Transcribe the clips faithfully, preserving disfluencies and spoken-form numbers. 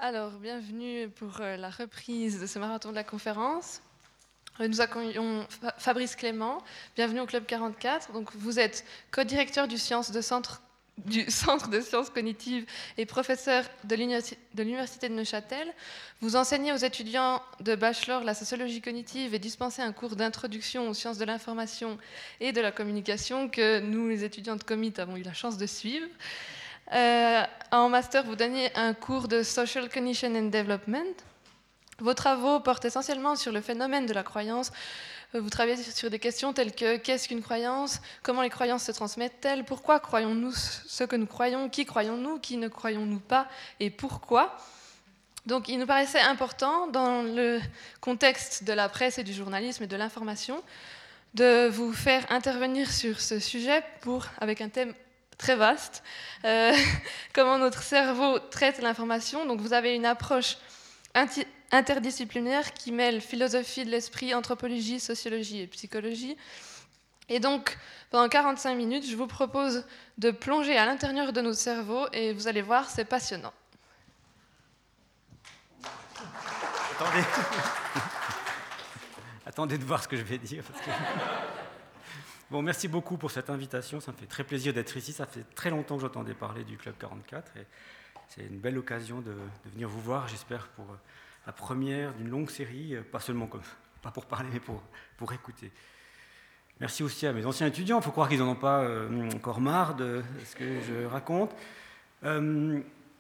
Alors, bienvenue pour euh, la reprise de ce marathon de la conférence. Euh, Nous accueillons Fa- Fabrice Clément. Bienvenue au Club quarante-quatre. Donc, vous êtes co-directeur du, sciences de centre, du Centre de sciences cognitives et professeur de l'Université de l'Université de Neuchâtel. Vous enseignez aux étudiants de bachelor la sociologie cognitive et dispensez un cours d'introduction aux sciences de l'information et de la communication que nous, les étudiants de Comit, avons eu la chance de suivre. Euh, en master, vous donnez un cours de Social Cognition and Development. Vos travaux portent essentiellement sur le phénomène de la croyance. Vous travaillez sur des questions telles que qu'est-ce qu'une croyance, comment les croyances se transmettent-elles, pourquoi croyons-nous ce que nous croyons, qui croyons-nous, qui ne croyons-nous pas et pourquoi. Donc il nous paraissait important, dans le contexte de la presse et du journalisme et de l'information, de vous faire intervenir sur ce sujet pour, avec un thème très vaste, euh, comment notre cerveau traite l'information. Donc vous avez une approche inti- interdisciplinaire qui mêle philosophie de l'esprit, anthropologie, sociologie et psychologie. Et donc, pendant quarante-cinq minutes, je vous propose de plonger à l'intérieur de notre cerveau et vous allez voir, c'est passionnant. Attendez. Attendez de voir ce que je vais dire. Parce que... Bon, merci beaucoup pour cette invitation. Ça me fait très plaisir d'être ici. Ça fait très longtemps que j'entendais parler du Club quarante-quatre. Et c'est une belle occasion de, de venir vous voir, j'espère, pour la première d'une longue série, pas seulement comme, pas pour parler, mais pour, pour écouter. Merci aussi à mes anciens étudiants. Il faut croire qu'ils n'en ont pas euh, encore marre de ce que je raconte. Euh,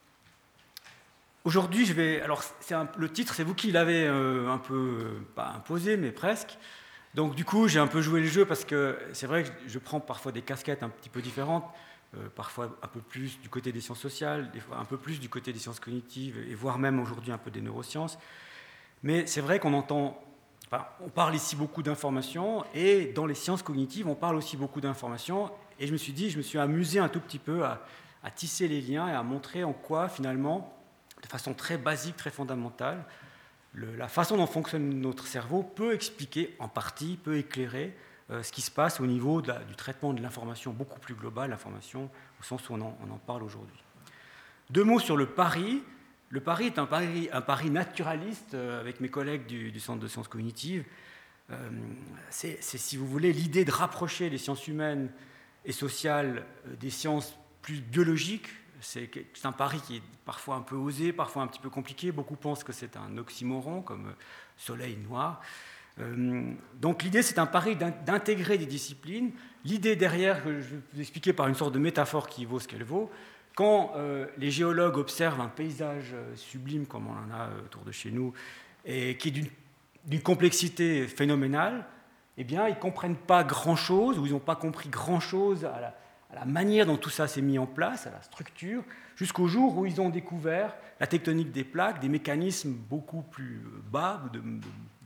Aujourd'hui, je vais. Alors, c'est un, le titre, c'est vous qui l'avez euh, un peu, euh, pas imposé, mais presque. Donc, du coup, j'ai un peu joué le jeu parce que c'est vrai que je prends parfois des casquettes un petit peu différentes, euh, parfois un peu plus du côté des sciences sociales, des fois un peu plus du côté des sciences cognitives, et voire même aujourd'hui un peu des neurosciences. Mais c'est vrai qu'on entend. Enfin, on parle ici beaucoup d'informations, et dans les sciences cognitives, on parle aussi beaucoup d'informations. Et je me suis dit, je me suis amusé un tout petit peu à, à tisser les liens et à montrer en quoi, finalement, de façon très basique, très fondamentale, le, la façon dont fonctionne notre cerveau peut expliquer, en partie, peut éclairer euh, ce qui se passe au niveau de la, du traitement de l'information beaucoup plus globale, l'information au sens où on en, on en parle aujourd'hui. Deux mots sur le pari. Le pari est un pari, un pari naturaliste euh, avec mes collègues du, du Centre de sciences cognitives. Euh, c'est, c'est, si vous voulez, l'idée de rapprocher les sciences humaines et sociales euh, des sciences plus biologiques. C'est un pari qui est parfois un peu osé, parfois un petit peu compliqué. Beaucoup pensent que c'est un oxymoron, comme soleil noir. Euh, donc l'idée, c'est un pari d'intégrer des disciplines. L'idée derrière, que je vais vous expliquer par une sorte de métaphore qui vaut ce qu'elle vaut, quand euh, les géologues observent un paysage sublime, comme on en a autour de chez nous, et qui est d'une, d'une complexité phénoménale, eh bien, ils ne comprennent pas grand-chose, ou ils n'ont pas compris grand-chose à la à la manière dont tout ça s'est mis en place, à la structure, jusqu'au jour où ils ont découvert la tectonique des plaques, des mécanismes beaucoup plus bas, de, de,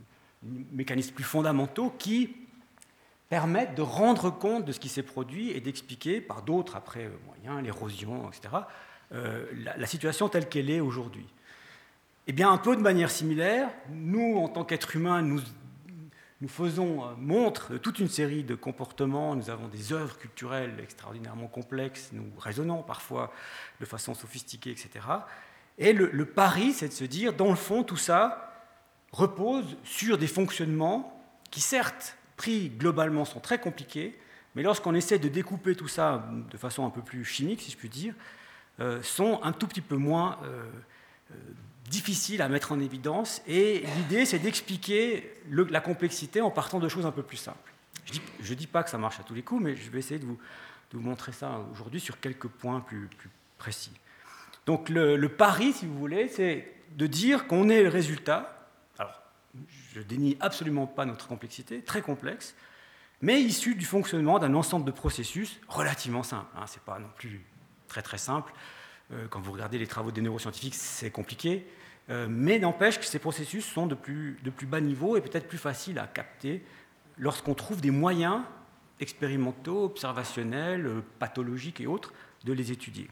de mécanismes plus fondamentaux qui permettent de rendre compte de ce qui s'est produit et d'expliquer par d'autres après moyens, l'érosion, et cetera, euh, la, la situation telle qu'elle est aujourd'hui. Eh bien, un peu de manière similaire, nous, en tant qu'êtres humains, nous Nous faisons montre de toute une série de comportements, nous avons des œuvres culturelles extraordinairement complexes, nous raisonnons parfois de façon sophistiquée, et cetera. Et le, le pari, c'est de se dire, dans le fond, tout ça repose sur des fonctionnements qui, certes, pris globalement, sont très compliqués, mais lorsqu'on essaie de découper tout ça de façon un peu plus chimique, si je puis dire, euh, sont un tout petit peu moins euh, euh, difficile à mettre en évidence, et l'idée, c'est d'expliquer le, la complexité en partant de choses un peu plus simples. Je ne dis, dis pas que ça marche à tous les coups, mais je vais essayer de vous, de vous montrer ça aujourd'hui sur quelques points plus, plus précis. Donc le, le pari, si vous voulez, c'est de dire qu'on est le résultat, alors je dénie absolument pas notre complexité, très complexe, mais issu du fonctionnement d'un ensemble de processus relativement simples. Hein, ce n'est pas non plus très très simple. Quand vous regardez les travaux des neuroscientifiques, c'est compliqué, mais n'empêche que ces processus sont de plus, de plus bas niveau et peut-être plus faciles à capter lorsqu'on trouve des moyens expérimentaux, observationnels, pathologiques et autres de les étudier.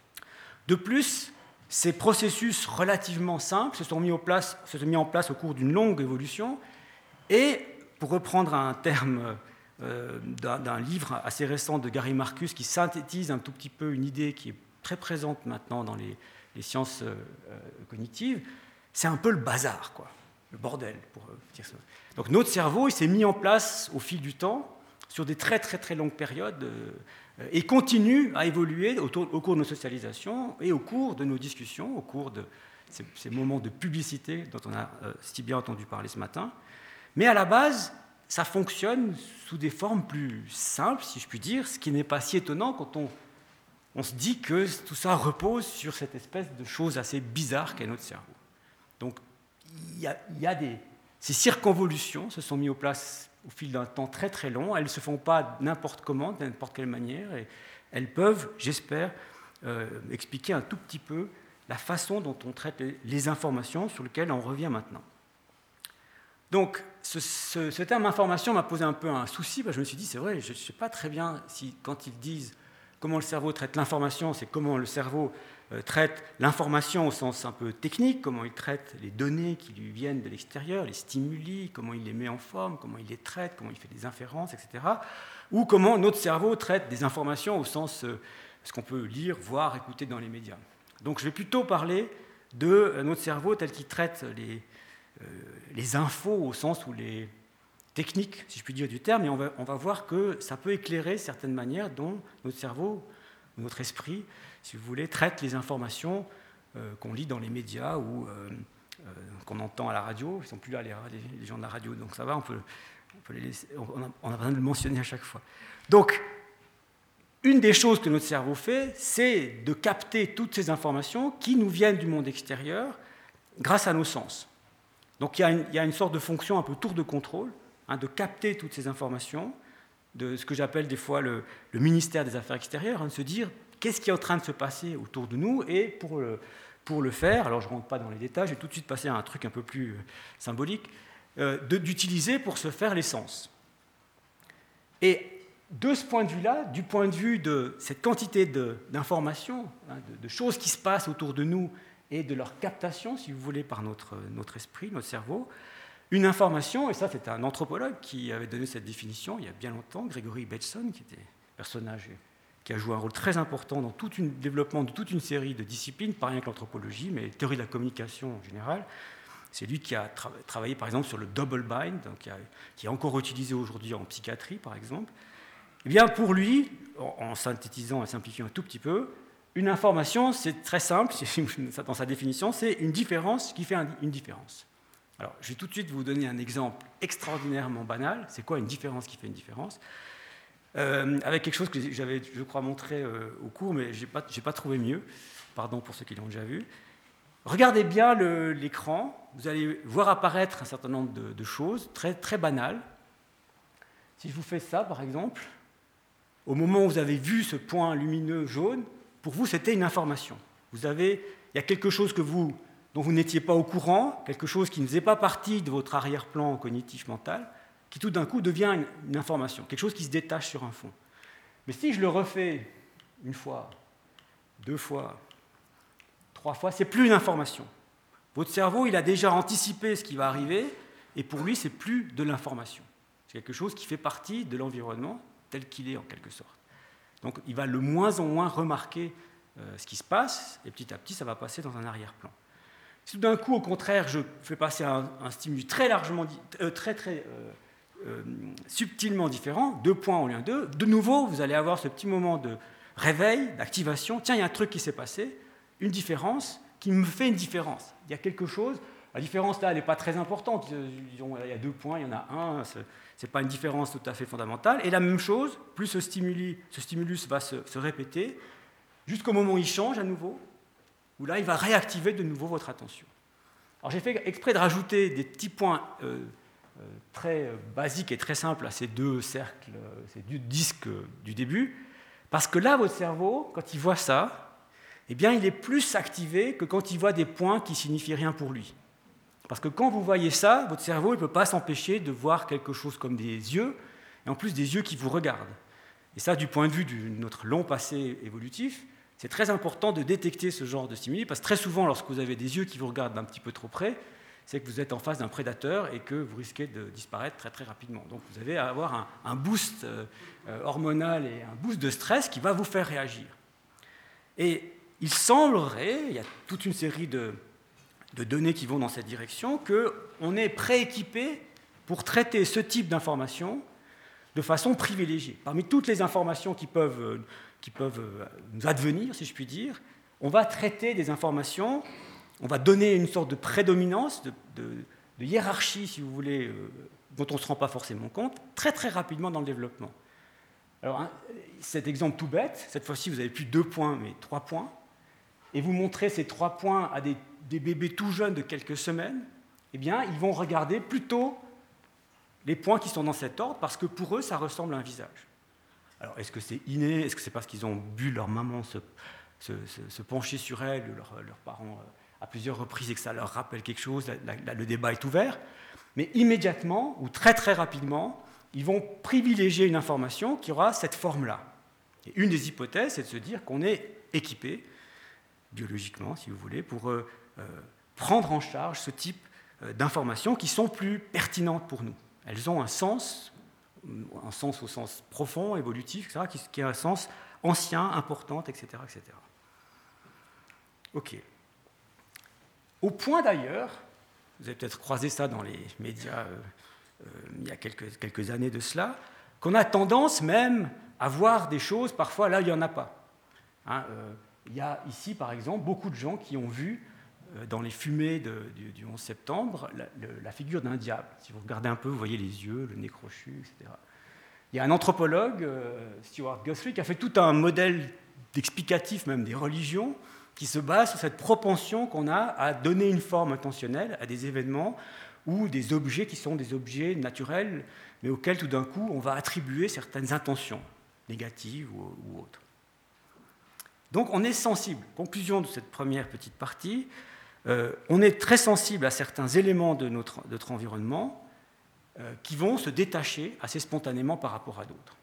De plus, ces processus relativement simples se sont mis en place, se sont mis en place au cours d'une longue évolution, et pour reprendre un terme euh, d'un, d'un livre assez récent de Gary Marcus qui synthétise un tout petit peu une idée qui est très présente maintenant dans les, les sciences euh, cognitives, c'est un peu le bazar, quoi, le bordel, pour dire ça. Donc notre cerveau, il s'est mis en place au fil du temps, sur des très très très longues périodes, euh, et continue à évoluer au, au cours de nos socialisations et au cours de nos discussions, au cours de ces, ces moments de publicité dont on a euh, si bien entendu parler ce matin. Mais à la base, ça fonctionne sous des formes plus simples, si je puis dire, ce qui n'est pas si étonnant quand on, on se dit que tout ça repose sur cette espèce de chose assez bizarre qu'est notre cerveau. Donc, il y a, il y a des... Ces circonvolutions se sont mises en place au fil d'un temps très très long. Elles ne se font pas n'importe comment, de n'importe quelle manière, et elles peuvent, j'espère, euh, expliquer un tout petit peu la façon dont on traite les, les informations sur lesquelles on revient maintenant. Donc, ce, ce, ce terme information m'a posé un peu un souci, parce que je me suis dit, c'est vrai, je ne sais pas très bien si, quand ils disent comment le cerveau traite l'information, c'est comment le cerveau euh, traite l'information au sens un peu technique, comment il traite les données qui lui viennent de l'extérieur, les stimuli, comment il les met en forme, comment il les traite, comment il fait des inférences, et cetera. Ou comment notre cerveau traite des informations au sens euh, ce qu'on peut lire, voir, écouter dans les médias. Donc, je vais plutôt parler de euh, notre cerveau tel qu'il traite les Euh, les infos au sens où les techniques, si je puis dire, du terme, et on va, on va voir que ça peut éclairer certaines manières dont notre cerveau, notre esprit, si vous voulez, traite les informations euh, qu'on lit dans les médias ou euh, euh, qu'on entend à la radio. Ils ne sont plus là, les, les gens de la radio, donc ça va, on peut, on peut les laisser, on a, on a besoin de le mentionner à chaque fois. Donc, une des choses que notre cerveau fait, c'est de capter toutes ces informations qui nous viennent du monde extérieur grâce à nos sens. Donc il y, a une, il y a une sorte de fonction un peu tour de contrôle, hein, de capter toutes ces informations, de ce que j'appelle des fois le, le ministère des Affaires extérieures, hein, de se dire qu'est-ce qui est en train de se passer autour de nous, et pour le, pour le faire, alors je ne rentre pas dans les détails, je vais tout de suite passer à un truc un peu plus euh, symbolique, euh, de, d'utiliser pour se faire l'essence. Et de ce point de vue-là, du point de vue de cette quantité de, d'informations, hein, de, de choses qui se passent autour de nous, et de leur captation, si vous voulez, par notre, notre esprit, notre cerveau, une information, et ça c'est un anthropologue qui avait donné cette définition il y a bien longtemps, Gregory Bateson, qui était un personnage qui a joué un rôle très important dans tout le développement de toute une série de disciplines, pas rien que l'anthropologie, mais théorie de la communication en général. C'est lui qui a tra- travaillé par exemple sur le double bind, donc qui, a, qui est encore utilisé aujourd'hui en psychiatrie par exemple. Eh bien pour lui, en, en synthétisant et simplifiant un tout petit peu, une information, c'est très simple, dans sa définition, c'est une différence qui fait une différence. Alors, je vais tout de suite vous donner un exemple extraordinairement banal. C'est quoi une différence qui fait une différence euh, avec quelque chose que j'avais, je crois, montré euh, au cours, mais je n'ai pas, j'ai pas trouvé mieux. Pardon pour ceux qui l'ont déjà vu. Regardez bien le, l'écran. Vous allez voir apparaître un certain nombre de, de choses très, très banales. Si je vous fais ça, par exemple, au moment où vous avez vu ce point lumineux jaune, pour vous, c'était une information. Vous avez, il y a quelque chose que vous, dont vous n'étiez pas au courant, quelque chose qui ne faisait pas partie de votre arrière-plan cognitif mental, qui tout d'un coup devient une, une information, quelque chose qui se détache sur un fond. Mais si je le refais une fois, deux fois, trois fois, c'est plus une information. Votre cerveau, il a déjà anticipé ce qui va arriver, et pour lui, c'est plus de l'information. C'est quelque chose qui fait partie de l'environnement tel qu'il est en quelque sorte. Donc il va de moins en moins remarquer euh, ce qui se passe, et petit à petit, ça va passer dans un arrière-plan. Si tout d'un coup, au contraire, je fais passer un, un stimulus très largement, euh, très très euh, euh, subtilement différent, deux points au lieu de deux, de nouveau, vous allez avoir ce petit moment de réveil, d'activation. Tiens, il y a un truc qui s'est passé, une différence qui me fait une différence. Il y a quelque chose. La différence là, elle n'est pas très importante. Il y a deux points, il y en a un. Ce n'est pas une différence tout à fait fondamentale. Et la même chose, plus ce, stimuli, ce stimulus va se, se répéter, jusqu'au moment où il change à nouveau, où là, il va réactiver de nouveau votre attention. Alors j'ai fait exprès de rajouter des petits points euh, euh, très basiques et très simples à ces deux cercles, ces deux disques du début, parce que là, votre cerveau, quand il voit ça, eh bien, il est plus activé que quand il voit des points qui ne signifient rien pour lui. Parce que quand vous voyez ça, votre cerveau ne peut pas s'empêcher de voir quelque chose comme des yeux, et en plus des yeux qui vous regardent. Et ça, du point de vue de notre long passé évolutif, c'est très important de détecter ce genre de stimuli, parce que très souvent, lorsque vous avez des yeux qui vous regardent d'un petit peu trop près, c'est que vous êtes en face d'un prédateur et que vous risquez de disparaître très très rapidement. Donc vous allez avoir un, un boost euh, hormonal et un boost de stress qui va vous faire réagir. Et il semblerait, il y a toute une série de, de données qui vont dans cette direction, qu'on est prééquipé pour traiter ce type d'informations de façon privilégiée. Parmi toutes les informations qui peuvent, qui peuvent nous advenir, si je puis dire, on va traiter des informations, on va donner une sorte de prédominance, de, de, de hiérarchie, si vous voulez, euh, dont on ne se rend pas forcément compte, très très rapidement dans le développement. Alors, hein, cet exemple tout bête, cette fois-ci vous n'avez plus deux points, mais trois points, et vous montrez ces trois points à des, des bébés tout jeunes de quelques semaines, eh bien, ils vont regarder plutôt les points qui sont dans cet ordre, parce que pour eux, ça ressemble à un visage. Alors, est-ce que c'est inné? Est-ce que c'est parce qu'ils ont vu leur maman se, se, se, se pencher sur elle, leur, leurs parents à plusieurs reprises, et que ça leur rappelle quelque chose? La, la, le débat est ouvert. Mais immédiatement, ou très très rapidement, ils vont privilégier une information qui aura cette forme-là. Et une des hypothèses, c'est de se dire qu'on est équipé, biologiquement, si vous voulez, pour euh, euh, prendre en charge ce type euh, d'informations qui sont plus pertinentes pour nous. Elles ont un sens, un sens au sens profond, évolutif, et cetera, qui, qui a un sens ancien, important, et cetera, et cetera. OK. Au point d'ailleurs, vous avez peut-être croisé ça dans les médias euh, euh, il y a quelques, quelques années de cela, qu'on a tendance même à voir des choses parfois là où il n'y en a pas. Hein, euh, il y a ici, par exemple, beaucoup de gens qui ont vu euh, dans les fumées de, du, du onze septembre la, le, la figure d'un diable. Si vous regardez un peu, vous voyez les yeux, le nez crochu, et cetera. Il y a un anthropologue, euh, Stuart Guthrie, qui a fait tout un modèle explicatif même des religions, qui se base sur cette propension qu'on a à donner une forme intentionnelle à des événements ou des objets qui sont des objets naturels, mais auxquels tout d'un coup on va attribuer certaines intentions, négatives ou, ou autres. Donc on est sensible, conclusion de cette première petite partie, euh, on est très sensible à certains éléments de notre, de notre environnement euh, qui vont se détacher assez spontanément par rapport à d'autres.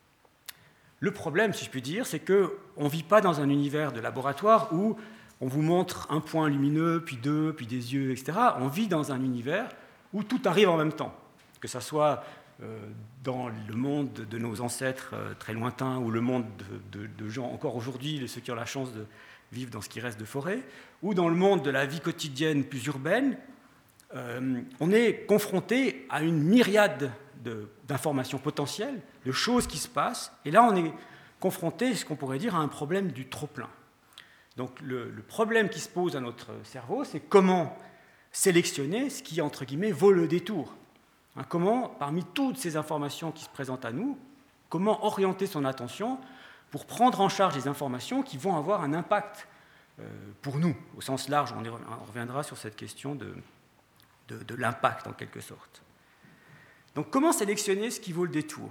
Le problème, si je puis dire, c'est qu'on ne vit pas dans un univers de laboratoire où on vous montre un point lumineux, puis deux, puis des yeux, et cetera. On vit dans un univers où tout arrive en même temps, que ce soit euh, dans le monde de nos ancêtres euh, très lointains ou le monde de, de, de gens encore aujourd'hui, ceux qui ont la chance de vivre dans ce qui reste de forêt, ou dans le monde de la vie quotidienne plus urbaine, euh, on est confronté à une myriade de, d'informations potentielles, de choses qui se passent, et là on est confronté, ce qu'on pourrait dire, à un problème du trop-plein. Donc le, le problème qui se pose à notre cerveau, c'est comment sélectionner ce qui, entre guillemets, vaut le détour. Hein, comment, parmi toutes ces informations qui se présentent à nous, comment orienter son attention pour prendre en charge les informations qui vont avoir un impact euh, pour nous, au sens large. On, est, on reviendra sur cette question de, de, de l'impact, en quelque sorte. Donc comment sélectionner ce qui vaut le détour?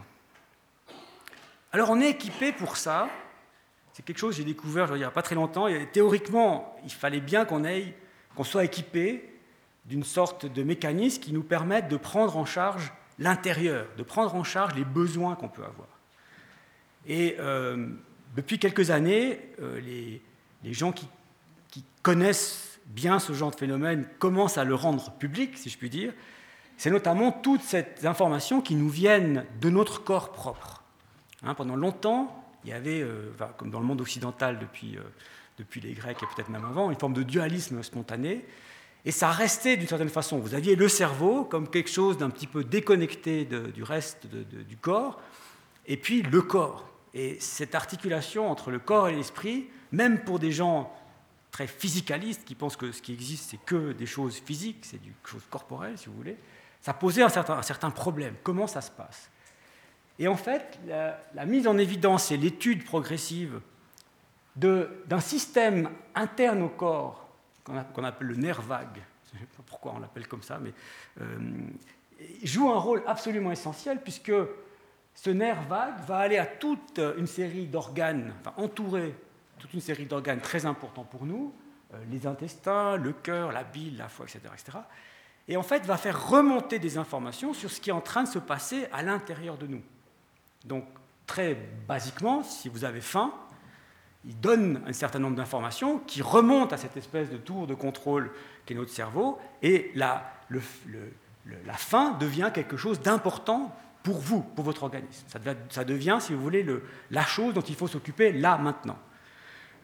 Alors on est équipé pour ça. C'est quelque chose que j'ai découvert il n'y a pas très longtemps. Et théoriquement, il fallait bien qu'on, ait, qu'on soit équipé d'une sorte de mécanisme qui nous permette de prendre en charge l'intérieur, de prendre en charge les besoins qu'on peut avoir. Et euh, depuis quelques années, euh, les, les gens qui, qui connaissent bien ce genre de phénomène commencent à le rendre public, si je puis dire. C'est notamment toutes ces informations qui nous viennent de notre corps propre. Hein, pendant longtemps, il y avait, euh, enfin, comme dans le monde occidental depuis, euh, depuis les Grecs et peut-être même avant, une forme de dualisme spontané. Et ça restait d'une certaine façon. Vous aviez le cerveau comme quelque chose d'un petit peu déconnecté de, du reste de, de, du corps, et puis le corps. Et cette articulation entre le corps et l'esprit, même pour des gens très physicalistes qui pensent que ce qui existe, c'est que des choses physiques, c'est des choses corporelles, si vous voulez, ça posait un certain, un certain problème. Comment ça se passe? Et en fait, la, la mise en évidence et l'étude progressive de, d'un système interne au corps, qu'on, a, qu'on appelle le nerf vague, je ne sais pas pourquoi on l'appelle comme ça, mais euh, joue un rôle absolument essentiel, puisque ce nerf vague va aller à toute une série d'organes, enfin entourer toute une série d'organes très importants pour nous, euh, les intestins, le cœur, la bile, la foie, et cetera, et cetera, et en fait va faire remonter des informations sur ce qui est en train de se passer à l'intérieur de nous. Donc, très basiquement, si vous avez faim, il donne un certain nombre d'informations qui remontent à cette espèce de tour de contrôle qu'est notre cerveau, et la, le, le, le, la faim devient quelque chose d'important pour vous, pour votre organisme. Ça devient, ça devient si vous voulez, le, la chose dont il faut s'occuper là, maintenant.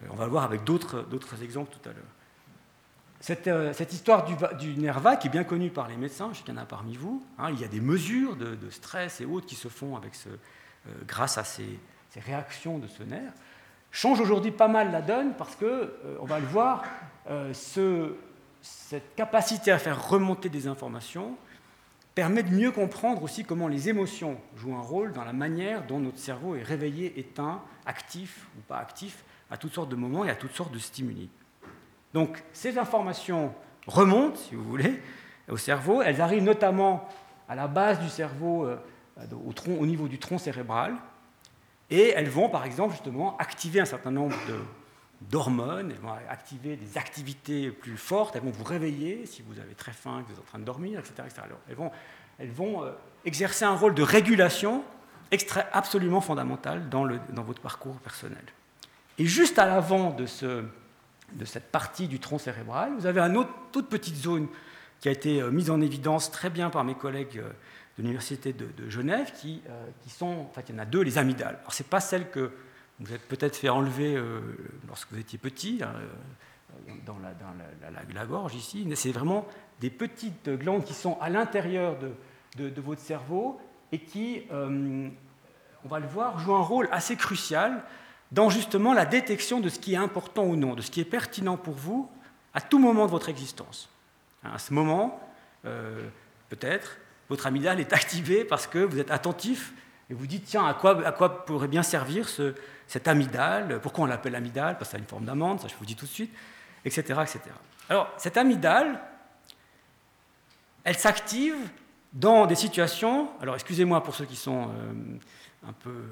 On va le voir avec d'autres, d'autres exemples tout à l'heure. Cette, euh, cette histoire du, du nerf vague qui est bien connue par les médecins, je sais qu'il y en a parmi vous, hein, il y a des mesures de, de stress et autres qui se font avec ce, euh, grâce à ces, ces réactions de ce nerf, change aujourd'hui pas mal la donne parce que, euh, on va le voir, euh, ce, cette capacité à faire remonter des informations permet de mieux comprendre aussi comment les émotions jouent un rôle dans la manière dont notre cerveau est réveillé, éteint, actif ou pas actif à toutes sortes de moments et à toutes sortes de stimuli. Donc ces informations remontent, si vous voulez, au cerveau. Elles arrivent notamment à la base du cerveau, euh, au, tronc, au niveau du tronc cérébral, et elles vont, par exemple, justement, activer un certain nombre de, d'hormones, elles vont activer des activités plus fortes, elles vont vous réveiller si vous avez très faim, que vous êtes en train de dormir, et cetera et cetera. Alors, elles vont, elles vont euh, exercer un rôle de régulation extra, absolument fondamental dans, le, dans votre parcours personnel. Et juste à l'avant de, ce, de cette partie du tronc cérébral, vous avez une autre, toute petite zone qui a été euh, mise en évidence très bien par mes collègues euh, de l'Université de, de Genève, qui, euh, qui sont, en fait, il y en a deux, les amygdales. Alors, ce n'est pas celle que vous vous êtes peut-être fait enlever euh, lorsque vous étiez petit, euh, dans, la, dans la, la, la, la gorge ici. C'est vraiment des petites glandes qui sont à l'intérieur de, de, de votre cerveau et qui, euh, on va le voir, jouent un rôle assez crucial dans justement la détection de ce qui est important ou non, de ce qui est pertinent pour vous à tout moment de votre existence. À ce moment, euh, peut-être, votre amygdale est activée parce que vous êtes attentif et vous dites, tiens, à quoi, à quoi pourrait bien servir ce, cette amygdale? Pourquoi on l'appelle amygdale? Parce que ça a une forme d'amande, ça je vous dis tout de suite, et cetera, et cetera. Alors, cette amygdale, elle s'active dans des situations, alors excusez-moi pour ceux qui sont euh, un peu,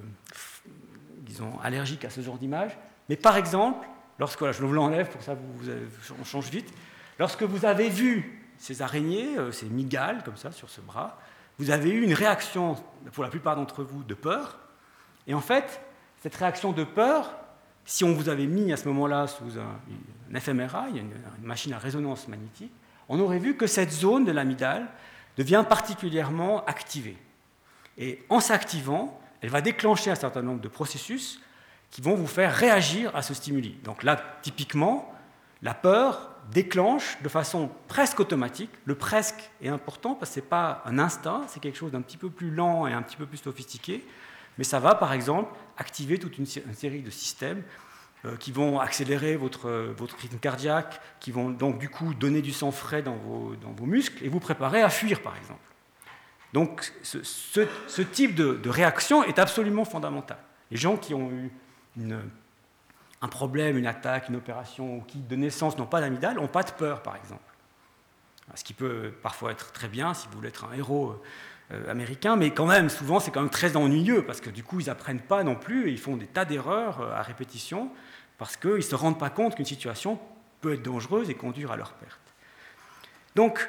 disons, allergiques à ce genre d'image, mais par exemple, lorsque, voilà, je vous l'enlève pour que ça vous, vous, on change vite, lorsque vous avez vu ces araignées, euh, ces mygales, comme ça, sur ce bras, vous avez eu une réaction, pour la plupart d'entre vous, de peur. Et en fait, cette réaction de peur, si on vous avait mis à ce moment-là sous un, un F M R I, une, une machine à résonance magnétique, on aurait vu que cette zone de l'amygdale devient particulièrement activée. Et en s'activant, elle va déclencher un certain nombre de processus qui vont vous faire réagir à ce stimuli. Donc là, typiquement, la peur déclenche de façon presque automatique. Le presque est important parce que ce n'est pas un instinct, c'est quelque chose d'un petit peu plus lent et un petit peu plus sophistiqué, mais ça va par exemple activer toute une, une série de systèmes euh, qui vont accélérer votre, votre rythme cardiaque, qui vont donc du coup donner du sang frais dans vos, dans vos muscles et vous préparer à fuir par exemple. Donc ce, ce, ce type de, de réaction est absolument fondamental. Les gens qui ont eu une un problème, une attaque, une opération, ou qui de naissance n'ont pas d'amygdale, n'ont pas de peur, par exemple. Ce qui peut parfois être très bien si vous voulez être un héros euh, américain, mais quand même, souvent, c'est quand même très ennuyeux, parce que du coup, ils n'apprennent pas non plus, et ils font des tas d'erreurs euh, à répétition, parce qu'ils ne se rendent pas compte qu'une situation peut être dangereuse et conduire à leur perte. Donc,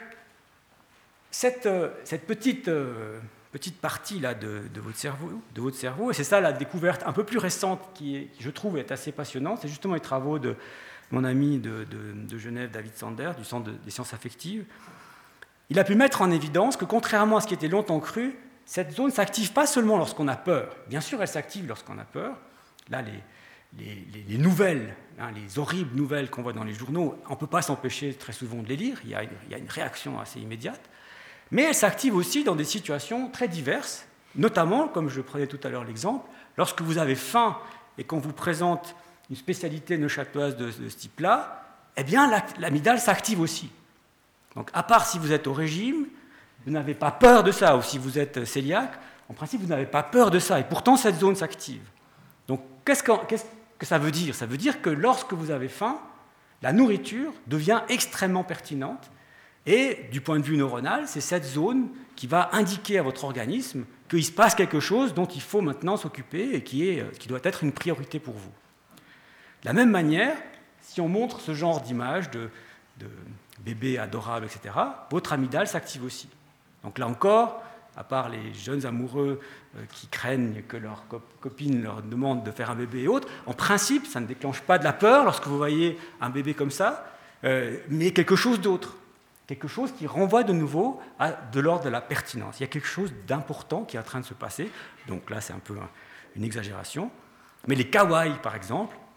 cette, euh, cette petite... Euh, petite partie là, de, de, votre cerveau, de votre cerveau, et c'est ça la découverte un peu plus récente qui, est, qui je trouve, est assez passionnante, c'est justement les travaux de mon ami de, de, de Genève, David Sander, du Centre de, des sciences affectives. Il a pu mettre en évidence que, contrairement à ce qui était longtemps cru, cette zone ne s'active pas seulement lorsqu'on a peur. Bien sûr, elle s'active lorsqu'on a peur. Là, les, les, les, les nouvelles, hein, les horribles nouvelles qu'on voit dans les journaux, on ne peut pas s'empêcher très souvent de les lire, il y a une, il y a une réaction assez immédiate. Mais elle s'active aussi dans des situations très diverses, notamment, comme je prenais tout à l'heure l'exemple, lorsque vous avez faim et qu'on vous présente une spécialité neuchâteloise de, de ce type-là, eh bien, l'amygdale s'active aussi. Donc, à part si vous êtes au régime, vous n'avez pas peur de ça, ou si vous êtes cœliaque, en principe, vous n'avez pas peur de ça, et pourtant, cette zone s'active. Donc, qu'est-ce que, qu'est-ce que ça veut dire? Ça veut dire que lorsque vous avez faim, la nourriture devient extrêmement pertinente. Et du point de vue neuronal, c'est cette zone qui va indiquer à votre organisme qu'il se passe quelque chose dont il faut maintenant s'occuper et qui, est, qui doit être une priorité pour vous. De la même manière, si on montre ce genre d'image de, de bébé adorable, et cetera, votre amygdale s'active aussi. Donc là encore, à part les jeunes amoureux qui craignent que leur copine leur demande de faire un bébé et autres, en principe, ça ne déclenche pas de la peur lorsque vous voyez un bébé comme ça, euh, mais quelque chose d'autre. Quelque chose qui renvoie de nouveau à de l'ordre de la pertinence. Il y a quelque chose d'important qui est en train de se passer. Donc là, c'est un peu une exagération. Mais les kawaii, par exemple,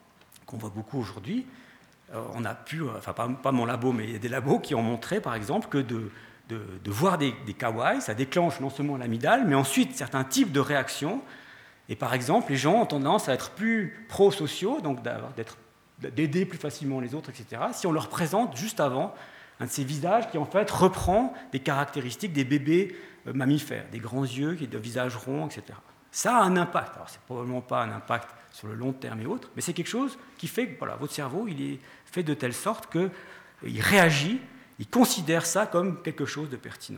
qu'on voit beaucoup aujourd'hui. On a pu, enfin pas, pas mon labo, mais il y a des labos qui ont montré, par exemple, que de, de, de voir des, des kawaii, ça déclenche non seulement l'amygdale, mais ensuite certains types de réactions. Et par exemple, les gens ont tendance à être plus pro-sociaux, donc d'être, d'aider plus facilement les autres, et cetera, si on leur présente juste avant un de ces visages qui, en fait, reprend des caractéristiques des bébés mammifères, des grands yeux, des visages ronds, et cetera. Ça a un impact. Alors, ce n'est probablement pas un impact sur le long terme et autres, mais c'est quelque chose qui fait que voilà, votre cerveau il est fait de telle sorte qu'il réagit, il considère ça comme quelque chose de pertinent.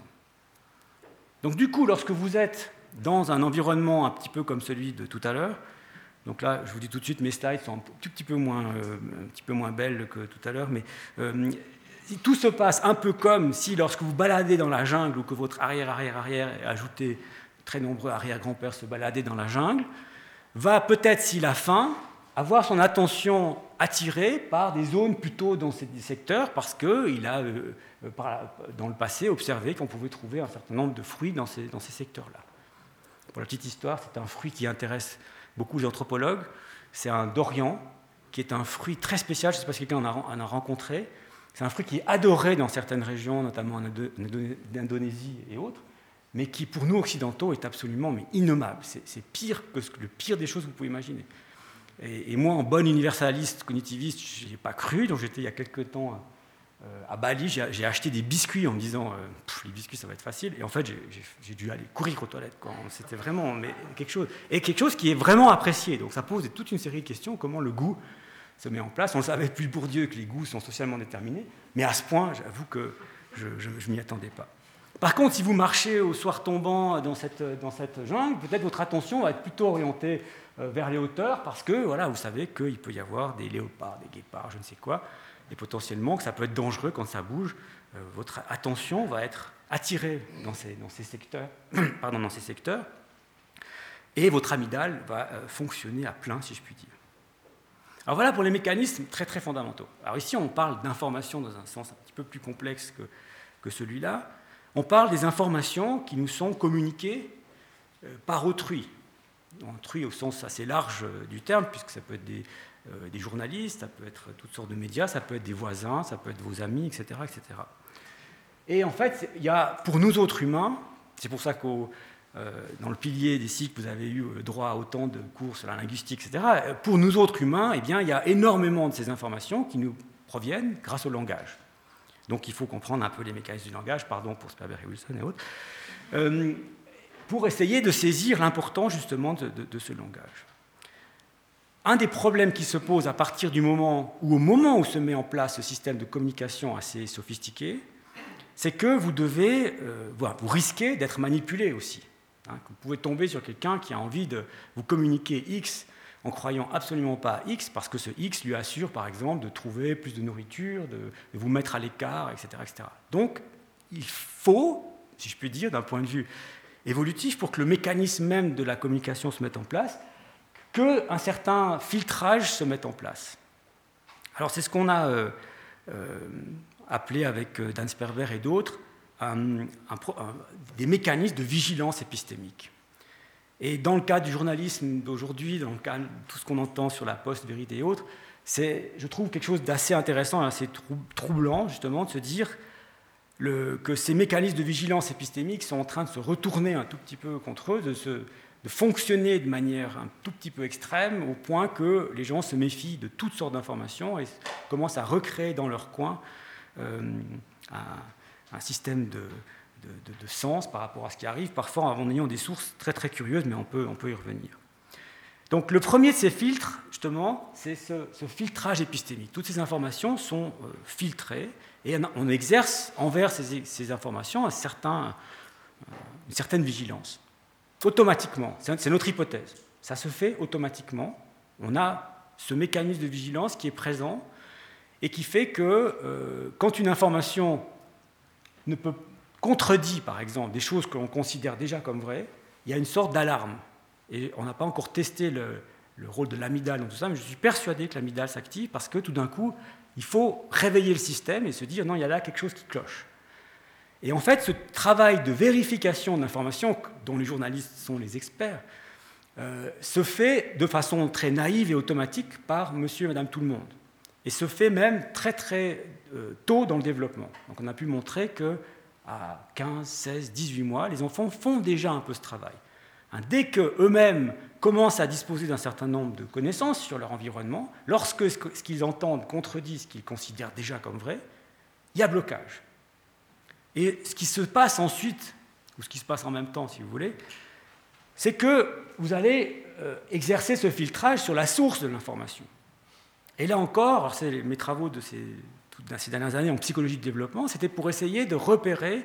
Donc du coup, lorsque vous êtes dans un environnement un petit peu comme celui de tout à l'heure, donc là, je vous dis tout de suite, mes slides sont un tout petit peu moins, euh, un petit peu moins belles que tout à l'heure, mais euh, si tout se passe un peu comme si lorsque vous baladez dans la jungle ou que votre arrière-arrière-arrière, ajouté très nombreux arrière-grands-pères se baladaient dans la jungle, va peut-être, s'il a faim, avoir son attention attirée par des zones plutôt dans ces secteurs parce qu'il a, euh, par, dans le passé, observé qu'on pouvait trouver un certain nombre de fruits dans ces, dans ces secteurs-là. Pour la petite histoire, c'est un fruit qui intéresse beaucoup les anthropologues. C'est un dorian, qui est un fruit très spécial, je ne sais pas si quelqu'un en a, en a rencontré. C'est un fruit qui est adoré dans certaines régions, notamment en Indonésie et autres, mais qui, pour nous occidentaux, est absolument mais innommable. C'est, c'est pire que ce, le pire des choses que vous pouvez imaginer. Et, et moi, en bon universaliste, cognitiviste, je n'y ai pas cru. Donc j'étais il y a quelques temps euh, à Bali, j'ai, j'ai acheté des biscuits en me disant euh, « les biscuits, ça va être facile ». Et en fait, j'ai, j'ai, j'ai dû aller courir aux toilettes. Quoi. C'était vraiment mais quelque chose. Et quelque chose qui est vraiment apprécié. Donc ça pose toute une série de questions, comment le goût se met en place. On le savait depuis Bourdieu que les goûts sont socialement déterminés. Mais à ce point, j'avoue que je ne m'y attendais pas. Par contre, si vous marchez au soir tombant dans cette, dans cette jungle, peut-être votre attention va être plutôt orientée vers les hauteurs parce que voilà, vous savez qu'il peut y avoir des léopards, des guépards, je ne sais quoi, et potentiellement que ça peut être dangereux quand ça bouge. Euh, votre attention va être attirée dans ces, dans ces secteurs, pardon, dans ces secteurs, et votre amygdale va euh, fonctionner à plein, si je puis dire. Alors voilà pour les mécanismes très très fondamentaux. Alors ici, on parle d'informations dans un sens un petit peu plus complexe que, que celui-là. On parle des informations qui nous sont communiquées euh, par autrui. Autrui au sens assez large euh, du terme, puisque ça peut être des, euh, des journalistes, ça peut être toutes sortes de médias, ça peut être des voisins, ça peut être vos amis, et cetera, et cetera. Et en fait, il y a, pour nous autres humains, c'est pour ça qu'au euh, dans le pilier des cycles, vous avez eu droit à autant de cours sur la linguistique, et cetera. Pour nous autres humains, eh bien, il y a énormément de ces informations qui nous proviennent grâce au langage. Donc il faut comprendre un peu les mécanismes du langage, pardon pour Sperber et Wilson et autres, euh, pour essayer de saisir l'importance justement de, de, de ce langage. Un des problèmes qui se pose à partir du moment où, au moment où se met en place ce système de communication assez sophistiqué, c'est que vous devez, euh, voilà, vous risquez d'être manipulé aussi. Hein, vous pouvez tomber sur quelqu'un qui a envie de vous communiquer X en croyant absolument pas à X, parce que ce X lui assure, par exemple, de trouver plus de nourriture, de, de vous mettre à l'écart, et cetera, et cetera. Donc, il faut, si je puis dire, d'un point de vue évolutif, pour que le mécanisme même de la communication se mette en place, qu'un certain filtrage se mette en place. Alors, c'est ce qu'on a euh, euh, appelé avec Dan Sperber et d'autres un, un, un, des mécanismes de vigilance épistémique. Et dans le cas du journalisme d'aujourd'hui, dans le cas de tout ce qu'on entend sur la post-vérité et autres, c'est, je trouve, quelque chose d'assez intéressant et assez troublant, justement, de se dire le, que ces mécanismes de vigilance épistémique sont en train de se retourner un tout petit peu contre eux, de, se, de fonctionner de manière un tout petit peu extrême, au point que les gens se méfient de toutes sortes d'informations et commencent à recréer dans leur coin euh, un, un système de... De, de, de sens par rapport à ce qui arrive, parfois en ayant des sources très très curieuses, mais on peut, on peut y revenir. Donc le premier de ces filtres, justement, c'est ce, ce filtrage épistémique. Toutes ces informations sont euh, filtrées et on exerce envers ces, ces informations un certain, euh, une certaine vigilance. Automatiquement, c'est, c'est notre hypothèse. Ça se fait automatiquement. On a ce mécanisme de vigilance qui est présent et qui fait que euh, quand une information ne peut contredit, par exemple, des choses que l'on considère déjà comme vraies, il y a une sorte d'alarme. Et on n'a pas encore testé le, le rôle de l'amygdale dans tout ça, mais je suis persuadé que l'amygdale s'active parce que tout d'un coup, il faut réveiller le système et se dire non, il y a là quelque chose qui cloche. Et en fait, ce travail de vérification d'informations, dont les journalistes sont les experts, euh, se fait de façon très naïve et automatique par monsieur et madame tout le monde. Et se fait même très très euh, tôt dans le développement. Donc on a pu montrer qu'à quinze, seize, dix-huit mois, les enfants font déjà un peu ce travail. Hein, dès qu'eux-mêmes commencent à disposer d'un certain nombre de connaissances sur leur environnement, lorsque ce qu'ils entendent contredit ce qu'ils considèrent déjà comme vrai, il y a blocage. Et ce qui se passe ensuite, ou ce qui se passe en même temps si vous voulez, c'est que vous allez euh, exercer ce filtrage sur la source de l'information. Et là encore, alors c'est mes travaux de ces, de ces dernières années en psychologie de développement, c'était pour essayer de repérer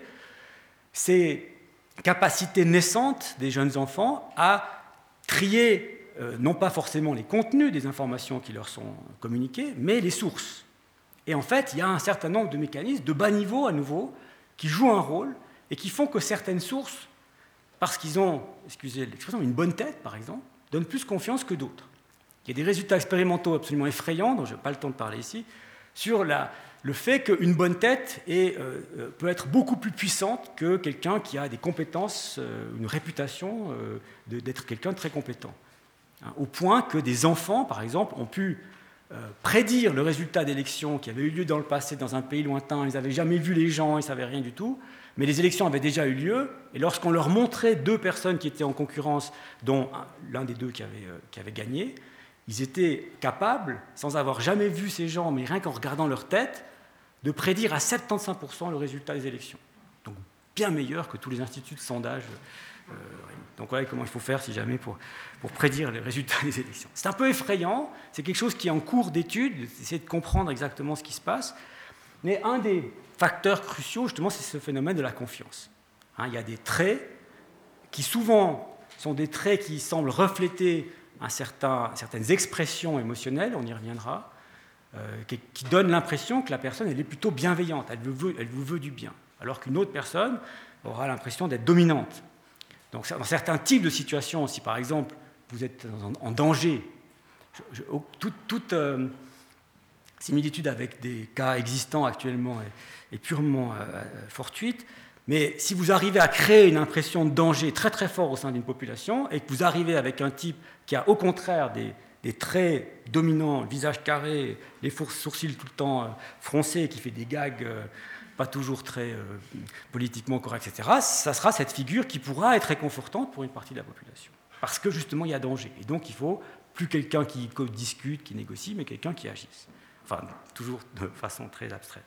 ces capacités naissantes des jeunes enfants à trier, euh, non pas forcément les contenus des informations qui leur sont communiquées, mais les sources. Et en fait, il y a un certain nombre de mécanismes de bas niveau à nouveau qui jouent un rôle et qui font que certaines sources, parce qu'ils ont, excusez l'expression, une bonne tête par exemple, donnent plus confiance que d'autres. Il y a des résultats expérimentaux absolument effrayants, dont je n'ai pas le temps de parler ici, sur la, le fait qu'une bonne tête est, euh, peut être beaucoup plus puissante que quelqu'un qui a des compétences, euh, une réputation euh, de, d'être quelqu'un de très compétent. Hein, au point que des enfants, par exemple, ont pu euh, prédire le résultat d'élections qui avaient eu lieu dans le passé dans un pays lointain. Ils n'avaient jamais vu les gens, ils ne savaient rien du tout. Mais les élections avaient déjà eu lieu, et lorsqu'on leur montrait deux personnes qui étaient en concurrence, dont l'un des deux qui avait, euh, qui avait gagné, ils étaient capables, sans avoir jamais vu ces gens, mais rien qu'en regardant leur tête, de prédire à soixante-quinze pour cent le résultat des élections. Donc bien meilleur que tous les instituts de sondage. Euh, donc voilà comment il faut faire si jamais pour, pour prédire les résultats des élections. C'est un peu effrayant, c'est quelque chose qui est en cours d'étude, essayer de comprendre exactement ce qui se passe. Mais un des facteurs cruciaux, justement, c'est ce phénomène de la confiance. Hein, il y a des traits qui souvent sont des traits qui semblent refléter un certain, certaines expressions émotionnelles, on y reviendra, euh, qui, qui donnent l'impression que la personne elle est plutôt bienveillante, elle vous veut, elle vous veut du bien, alors qu'une autre personne aura l'impression d'être dominante. Donc dans certains types de situations, si par exemple vous êtes en, en danger, je, je, toute, toute euh, similitude avec des cas existants actuellement est, est purement euh, fortuite. Mais si vous arrivez à créer une impression de danger très très fort au sein d'une population et que vous arrivez avec un type qui a au contraire des, des traits dominants, le visage carré, les sourcils tout le temps euh, froncés, qui fait des gags euh, pas toujours très euh, politiquement corrects, et cetera, ça sera cette figure qui pourra être réconfortante pour une partie de la population. Parce que justement il y a danger. Et donc il faut plus quelqu'un qui discute, qui négocie, mais quelqu'un qui agisse. Enfin, toujours de façon très abstraite.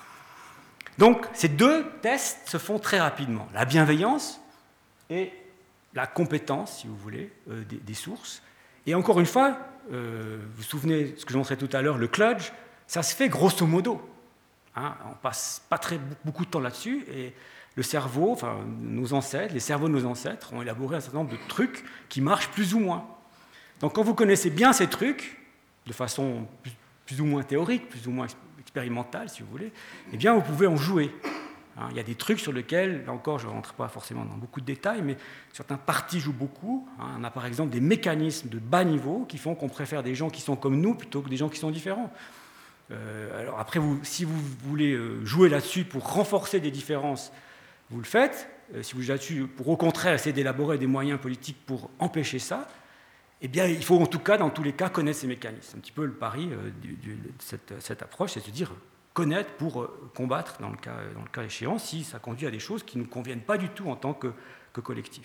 Donc, ces deux tests se font très rapidement. La bienveillance et la compétence, si vous voulez, euh, des, des sources. Et encore une fois, euh, vous vous souvenez de ce que je montrais tout à l'heure, le kludge, ça se fait grosso modo. Hein, on passe pas très, beaucoup de temps là-dessus. Et le cerveau, enfin, nos ancêtres, les cerveaux de nos ancêtres ont élaboré un certain nombre de trucs qui marchent plus ou moins. Donc, quand vous connaissez bien ces trucs, de façon plus, plus ou moins théorique, plus ou moins expérimentale, si vous voulez, eh bien, vous pouvez en jouer. Hein, il y a des trucs sur lesquels, là encore, je ne rentre pas forcément dans beaucoup de détails, mais certains partis jouent beaucoup. Hein, on a par exemple des mécanismes de bas niveau qui font qu'on préfère des gens qui sont comme nous plutôt que des gens qui sont différents. Euh, alors après, vous, si vous voulez jouer là-dessus pour renforcer des différences, vous le faites. Euh, si vous jouez là-dessus pour, au contraire, essayer d'élaborer des moyens politiques pour empêcher ça, eh bien, il faut en tout cas, dans tous les cas, connaître ces mécanismes. C'est un petit peu le pari euh, du, du, de cette, cette approche, c'est de se dire connaître pour euh, combattre, dans le, cas, dans le cas échéant, si ça conduit à des choses qui ne nous conviennent pas du tout en tant que, que collectif.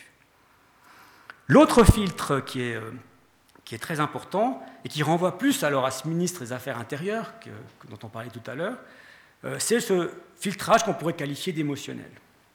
L'autre filtre qui est, euh, qui est très important et qui renvoie plus alors à ce ministre des Affaires intérieures que, que dont on parlait tout à l'heure, euh, c'est ce filtrage qu'on pourrait qualifier d'émotionnel.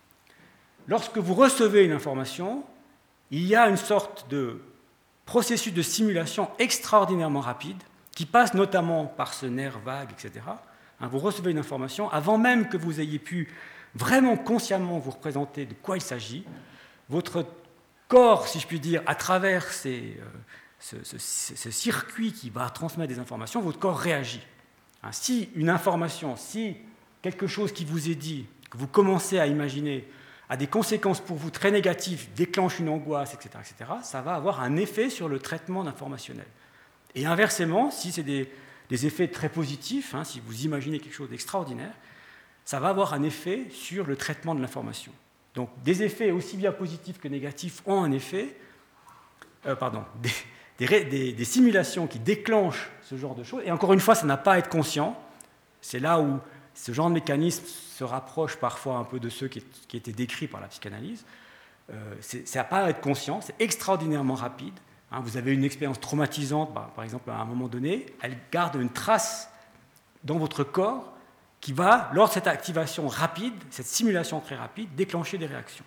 Lorsque vous recevez une information, il y a une sorte de processus de simulation extraordinairement rapide, qui passe notamment par ce nerf vague, et cetera. Hein, vous recevez une information, avant même que vous ayez pu vraiment consciemment vous représenter de quoi il s'agit, votre corps, si je puis dire, à travers ces, euh, ce, ce, ce circuit qui va transmettre des informations, votre corps réagit. Hein, si une information, si quelque chose qui vous est dit, que vous commencez à imaginer, a des conséquences pour vous très négatives, déclenche une angoisse, et cetera, et cetera, ça va avoir un effet sur le traitement d'informationnel. Et inversement, si c'est des, des effets très positifs, hein, si vous imaginez quelque chose d'extraordinaire, ça va avoir un effet sur le traitement de l'information. Donc des effets aussi bien positifs que négatifs ont un effet, euh, pardon, des, des, des, des simulations qui déclenchent ce genre de choses. Et encore une fois, ça n'a pas à être conscient. C'est là où ce genre de mécanisme se rapproche parfois un peu de ceux qui, qui étaient décrits par la psychanalyse. Euh, ça n'a pas à être conscient, c'est extraordinairement rapide. Hein, vous avez une expérience traumatisante, bah, par exemple, à un moment donné, elle garde une trace dans votre corps qui va, lors de cette activation rapide, cette simulation très rapide, déclencher des réactions.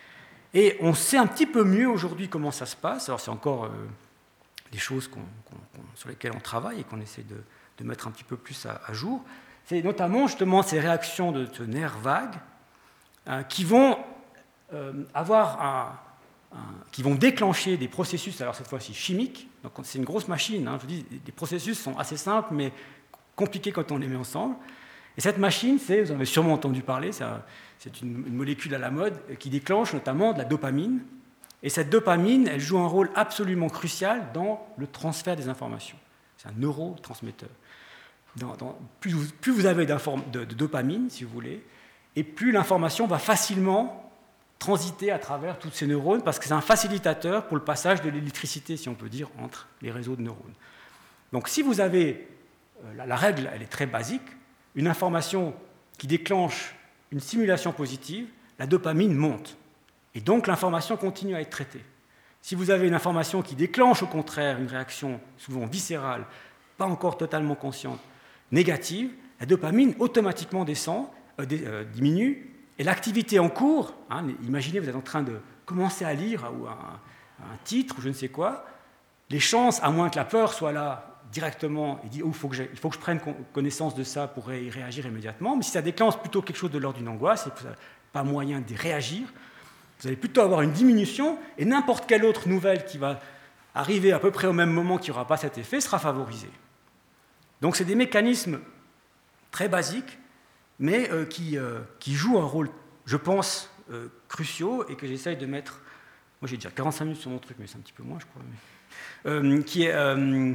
Et on sait un petit peu mieux aujourd'hui comment ça se passe. Alors c'est encore euh, des choses qu'on, qu'on, qu'on, sur lesquelles on travaille et qu'on essaie de, de mettre un petit peu plus à, à jour. C'est notamment justement ces réactions de, de nerfs vagues euh, qui vont euh, avoir un, un, qui vont déclencher des processus, alors cette fois-ci chimiques. Donc c'est une grosse machine. Hein, je vous dis, les processus sont assez simples, mais compliqués quand on les met ensemble. Et cette machine, c'est, vous en avez sûrement entendu parler, c'est, un, c'est une, une molécule à la mode qui déclenche notamment de la dopamine. Et cette dopamine, elle joue un rôle absolument crucial dans le transfert des informations. C'est un neurotransmetteur. Dans, dans, plus, vous, plus vous avez de, de dopamine, si vous voulez, et plus l'information va facilement transiter à travers tous ces neurones, parce que c'est un facilitateur pour le passage de l'électricité, si on peut dire, entre les réseaux de neurones. Donc si vous avez, euh, la, la règle, elle est très basique, une information qui déclenche une simulation positive, la dopamine monte. Et donc l'information continue à être traitée. Si vous avez une information qui déclenche au contraire une réaction souvent viscérale, pas encore totalement consciente, négative, la dopamine automatiquement descend, euh, euh, diminue, et l'activité en cours, hein, imaginez vous êtes en train de commencer à lire ou un, un titre ou je ne sais quoi, les chances, à moins que la peur soit là directement et dit oh, il, faut que il faut que je prenne connaissance de ça pour y réagir immédiatement, mais si ça déclenche plutôt quelque chose de l'ordre d'une angoisse et que vous n'avez pas moyen d'y réagir, vous allez plutôt avoir une diminution et n'importe quelle autre nouvelle qui va arriver à peu près au même moment qui n'aura pas cet effet sera favorisée. Donc c'est des mécanismes très basiques, mais euh, qui, euh, qui jouent un rôle, je pense, euh, cruciaux et que j'essaye de mettre... Moi j'ai déjà quarante-cinq minutes sur mon truc, mais c'est un petit peu moins, je crois. Mais... Euh, qui est... Euh,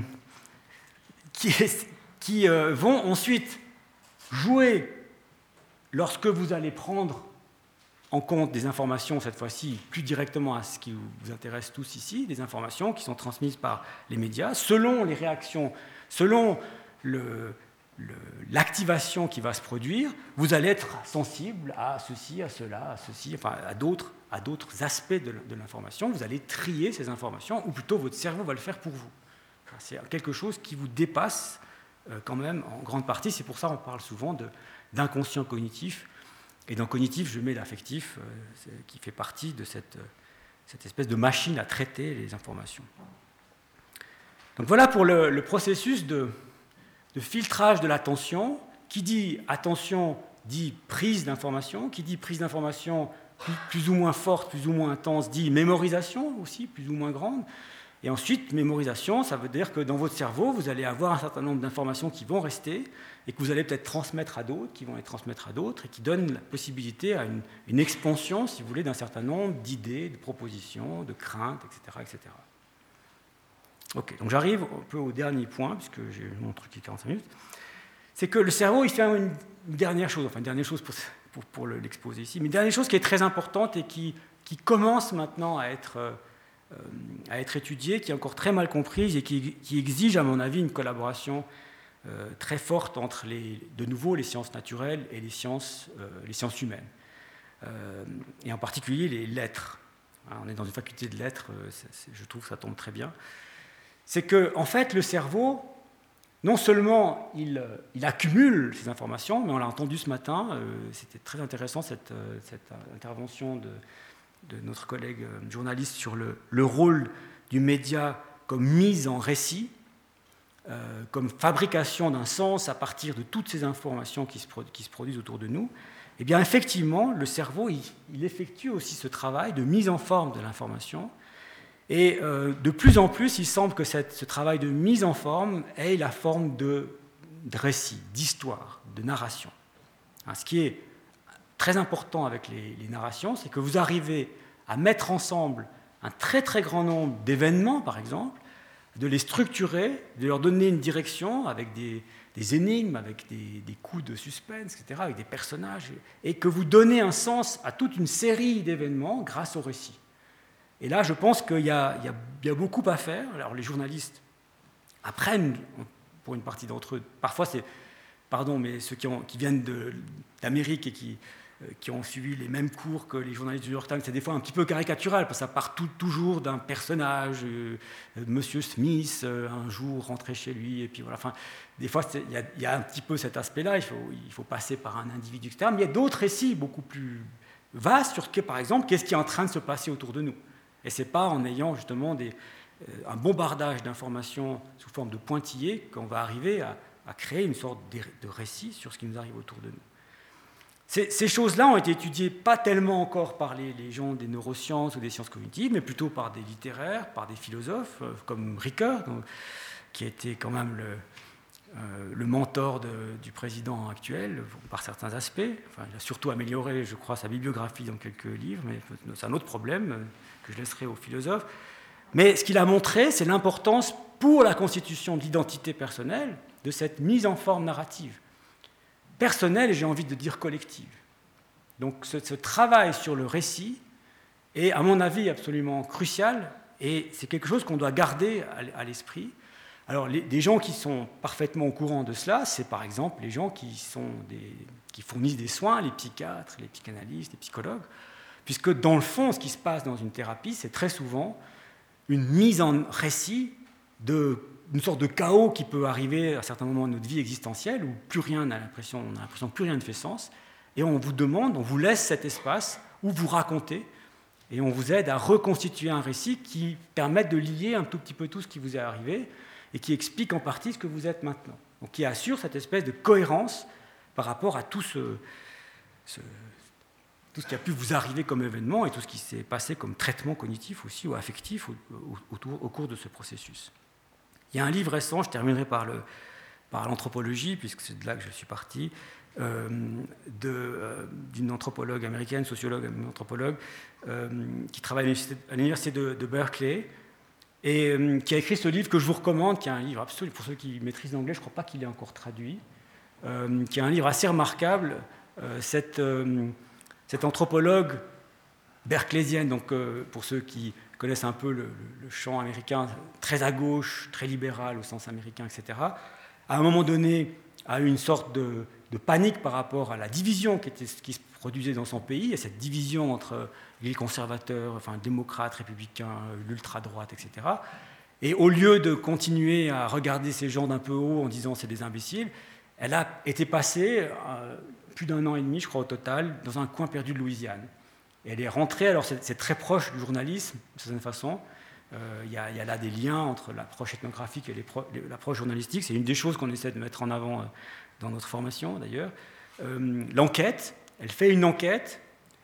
qui, est, qui euh, vont ensuite jouer lorsque vous allez prendre en compte des informations, cette fois-ci, plus directement à ce qui vous intéresse tous ici, des informations qui sont transmises par les médias, selon les réactions, selon le, le, l'activation qui va se produire, vous allez être sensible à ceci, à cela, à ceci, enfin à d'autres, à d'autres aspects de, de l'information. Vous allez trier ces informations, ou plutôt votre cerveau va le faire pour vous. C'est quelque chose qui vous dépasse euh, quand même en grande partie. C'est pour ça qu'on parle souvent de, d'inconscient cognitif. Et dans cognitif, je mets l'affectif euh, qui fait partie de cette, euh, cette espèce de machine à traiter les informations. Donc voilà pour le, le processus de, de filtrage de l'attention. Qui dit attention dit prise d'information. Qui dit prise d'information plus, plus ou moins forte, plus ou moins intense, dit mémorisation aussi, plus ou moins grande. Et ensuite, mémorisation, ça veut dire que dans votre cerveau, vous allez avoir un certain nombre d'informations qui vont rester et que vous allez peut-être transmettre à d'autres, qui vont les transmettre à d'autres, et qui donnent la possibilité à une, une expansion, si vous voulez, d'un certain nombre d'idées, de propositions, de craintes, et cetera, et cetera. Ok, donc j'arrive un peu au dernier point, puisque j'ai mon truc qui est quarante-cinq minutes. C'est que le cerveau, il fait une, une dernière chose, enfin une dernière chose pour, pour, pour l'exposer ici, mais une dernière chose qui est très importante et qui, qui commence maintenant à être... Euh, à être étudiée, qui est encore très mal comprise et qui, qui exige, à mon avis, une collaboration euh, très forte entre, les, de nouveau, les sciences naturelles et les sciences, euh, les sciences humaines. Euh, et en particulier les lettres. Hein, on est dans une faculté de lettres, euh, c'est, c'est, je trouve que ça tombe très bien. C'est que, en fait, le cerveau, non seulement il, il accumule ces informations, mais on l'a entendu ce matin, euh, c'était très intéressant cette, cette intervention de de notre collègue journaliste sur le, le rôle du média comme mise en récit, euh, comme fabrication d'un sens à partir de toutes ces informations qui se, qui se produisent autour de nous, eh bien effectivement, le cerveau, il, il effectue aussi ce travail de mise en forme de l'information. Et euh, de plus en plus, il semble que cette, ce travail de mise en forme ait la forme de, de récit, d'histoire, de narration. Hein, ce qui est très important avec les, les narrations, c'est que vous arrivez à mettre ensemble un très très grand nombre d'événements, par exemple, de les structurer, de leur donner une direction avec des, des énigmes, avec des, des coups de suspense, et cetera, avec des personnages, et que vous donnez un sens à toute une série d'événements grâce au récit. Et là, je pense qu'il y a, il y a, il y a beaucoup à faire. Alors, les journalistes apprennent, pour une partie d'entre eux, parfois c'est, pardon, mais ceux qui, ont, qui viennent de, d'Amérique et qui, euh, qui ont suivi les mêmes cours que les journalistes du New York Times, c'est des fois un petit peu caricatural, parce que ça part tout, toujours d'un personnage, euh, Monsieur Smith, euh, un jour rentré chez lui, et puis voilà. Enfin, des fois, il y, a, il y a un petit peu cet aspect-là, il faut, il faut passer par un individu, et cetera. Mais il y a d'autres récits beaucoup plus vastes sur, par exemple, qu'est-ce qui est en train de se passer autour de nous. Et ce n'est pas en ayant justement des, euh, un bombardage d'informations sous forme de pointillés qu'on va arriver à, à créer une sorte de, de récit sur ce qui nous arrive autour de nous. Ces, ces choses-là ont été étudiées pas tellement encore par les, les gens des neurosciences ou des sciences cognitives, mais plutôt par des littéraires, par des philosophes, euh, comme Ricoeur, donc, qui était quand même le, euh, le mentor de, du président actuel, par certains aspects. Enfin, il a surtout amélioré, je crois, sa bibliographie dans quelques livres, mais c'est un autre problème que je laisserai aux philosophes. Mais ce qu'il a montré, c'est l'importance pour la constitution de l'identité personnelle de cette mise en forme narrative. Personnelle et j'ai envie de dire collective. Donc ce, ce travail sur le récit est, à mon avis, absolument crucial et c'est quelque chose qu'on doit garder à, à l'esprit. Alors, les, des gens qui sont parfaitement au courant de cela, c'est par exemple les gens qui, sont des, qui fournissent des soins, les psychiatres, les psychanalystes, les psychologues, puisque dans le fond, ce qui se passe dans une thérapie, c'est très souvent une mise en récit de une sorte de chaos qui peut arriver à certains moments de notre vie existentielle où plus rien n'a l'impression, on a l'impression que plus rien ne fait sens, et on vous demande, on vous laisse cet espace où vous racontez, et on vous aide à reconstituer un récit qui permette de lier un tout petit peu tout ce qui vous est arrivé et qui explique en partie ce que vous êtes maintenant. Donc qui assure cette espèce de cohérence par rapport à tout ce, ce, tout ce qui a pu vous arriver comme événement et tout ce qui s'est passé comme traitement cognitif aussi ou affectif au, au, au cours de ce processus. Il y a un livre récent, je terminerai par, le, par l'anthropologie, puisque c'est de là que je suis parti, euh, de, euh, d'une anthropologue américaine, sociologue, anthropologue, euh, qui travaille à l'université de, de Berkeley, et euh, qui a écrit ce livre que je vous recommande, qui est un livre absolu, pour ceux qui maîtrisent l'anglais, je ne crois pas qu'il est encore traduit, euh, qui est un livre assez remarquable. Euh, cette, euh, cette anthropologue berkeleyienne, donc euh, pour ceux qui connaissent un peu le, le champ américain, très à gauche, très libéral au sens américain, et cetera, à un moment donné, a eu une sorte de, de panique par rapport à la division qui, était, qui se produisait dans son pays, et cette division entre les conservateurs, enfin démocrates, républicains, l'ultra-droite, et cetera. Et au lieu de continuer à regarder ces gens d'un peu haut en disant c'est des imbéciles, elle a été passée euh, plus d'un an et demi, je crois au total, dans un coin perdu de Louisiane. Et elle est rentrée, alors c'est, c'est très proche du journalisme, d'une certaine façon. Euh, il y a, il y a là des liens entre l'approche ethnographique et les pro, l'approche journalistique. C'est une des choses qu'on essaie de mettre en avant euh, dans notre formation, d'ailleurs. Euh, l'enquête, elle fait une enquête,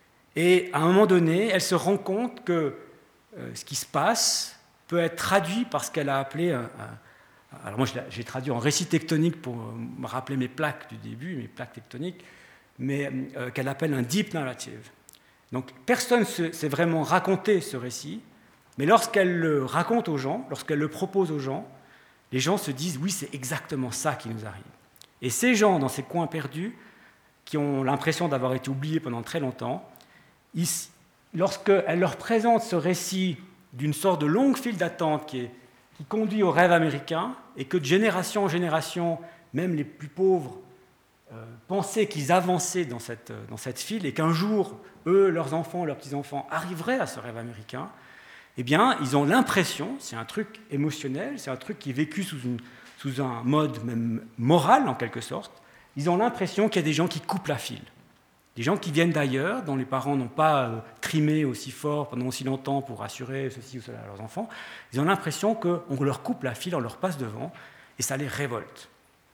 et à un moment donné, elle se rend compte que euh, ce qui se passe peut être traduit par ce qu'elle a appelé... Un, un, alors moi, j'ai traduit en récit tectonique pour me rappeler mes plaques du début, mes plaques tectoniques, mais euh, qu'elle appelle un deep narrative. Donc personne ne s'est vraiment raconté ce récit, mais lorsqu'elle le raconte aux gens, lorsqu'elle le propose aux gens, les gens se disent « oui, c'est exactement ça qui nous arrive ». Et ces gens, dans ces coins perdus, qui ont l'impression d'avoir été oubliés pendant très longtemps, ils, lorsqu'elle leur présente ce récit d'une sorte de longue file d'attente qui, est, qui conduit au rêve américain, et que de génération en génération, même les plus pauvres, euh, pensaient qu'ils avançaient dans cette, dans cette file, et qu'un jour, eux, leurs enfants, leurs petits-enfants, arriveraient à ce rêve américain, eh bien, ils ont l'impression, c'est un truc émotionnel, c'est un truc qui est vécu sous, une, sous un mode même moral, en quelque sorte, ils ont l'impression qu'il y a des gens qui coupent la file. Des gens qui viennent d'ailleurs, dont les parents n'ont pas euh, trimé aussi fort pendant aussi longtemps pour assurer ceci ou cela à leurs enfants, ils ont l'impression qu'on leur coupe la file, on leur passe devant, et ça les révolte.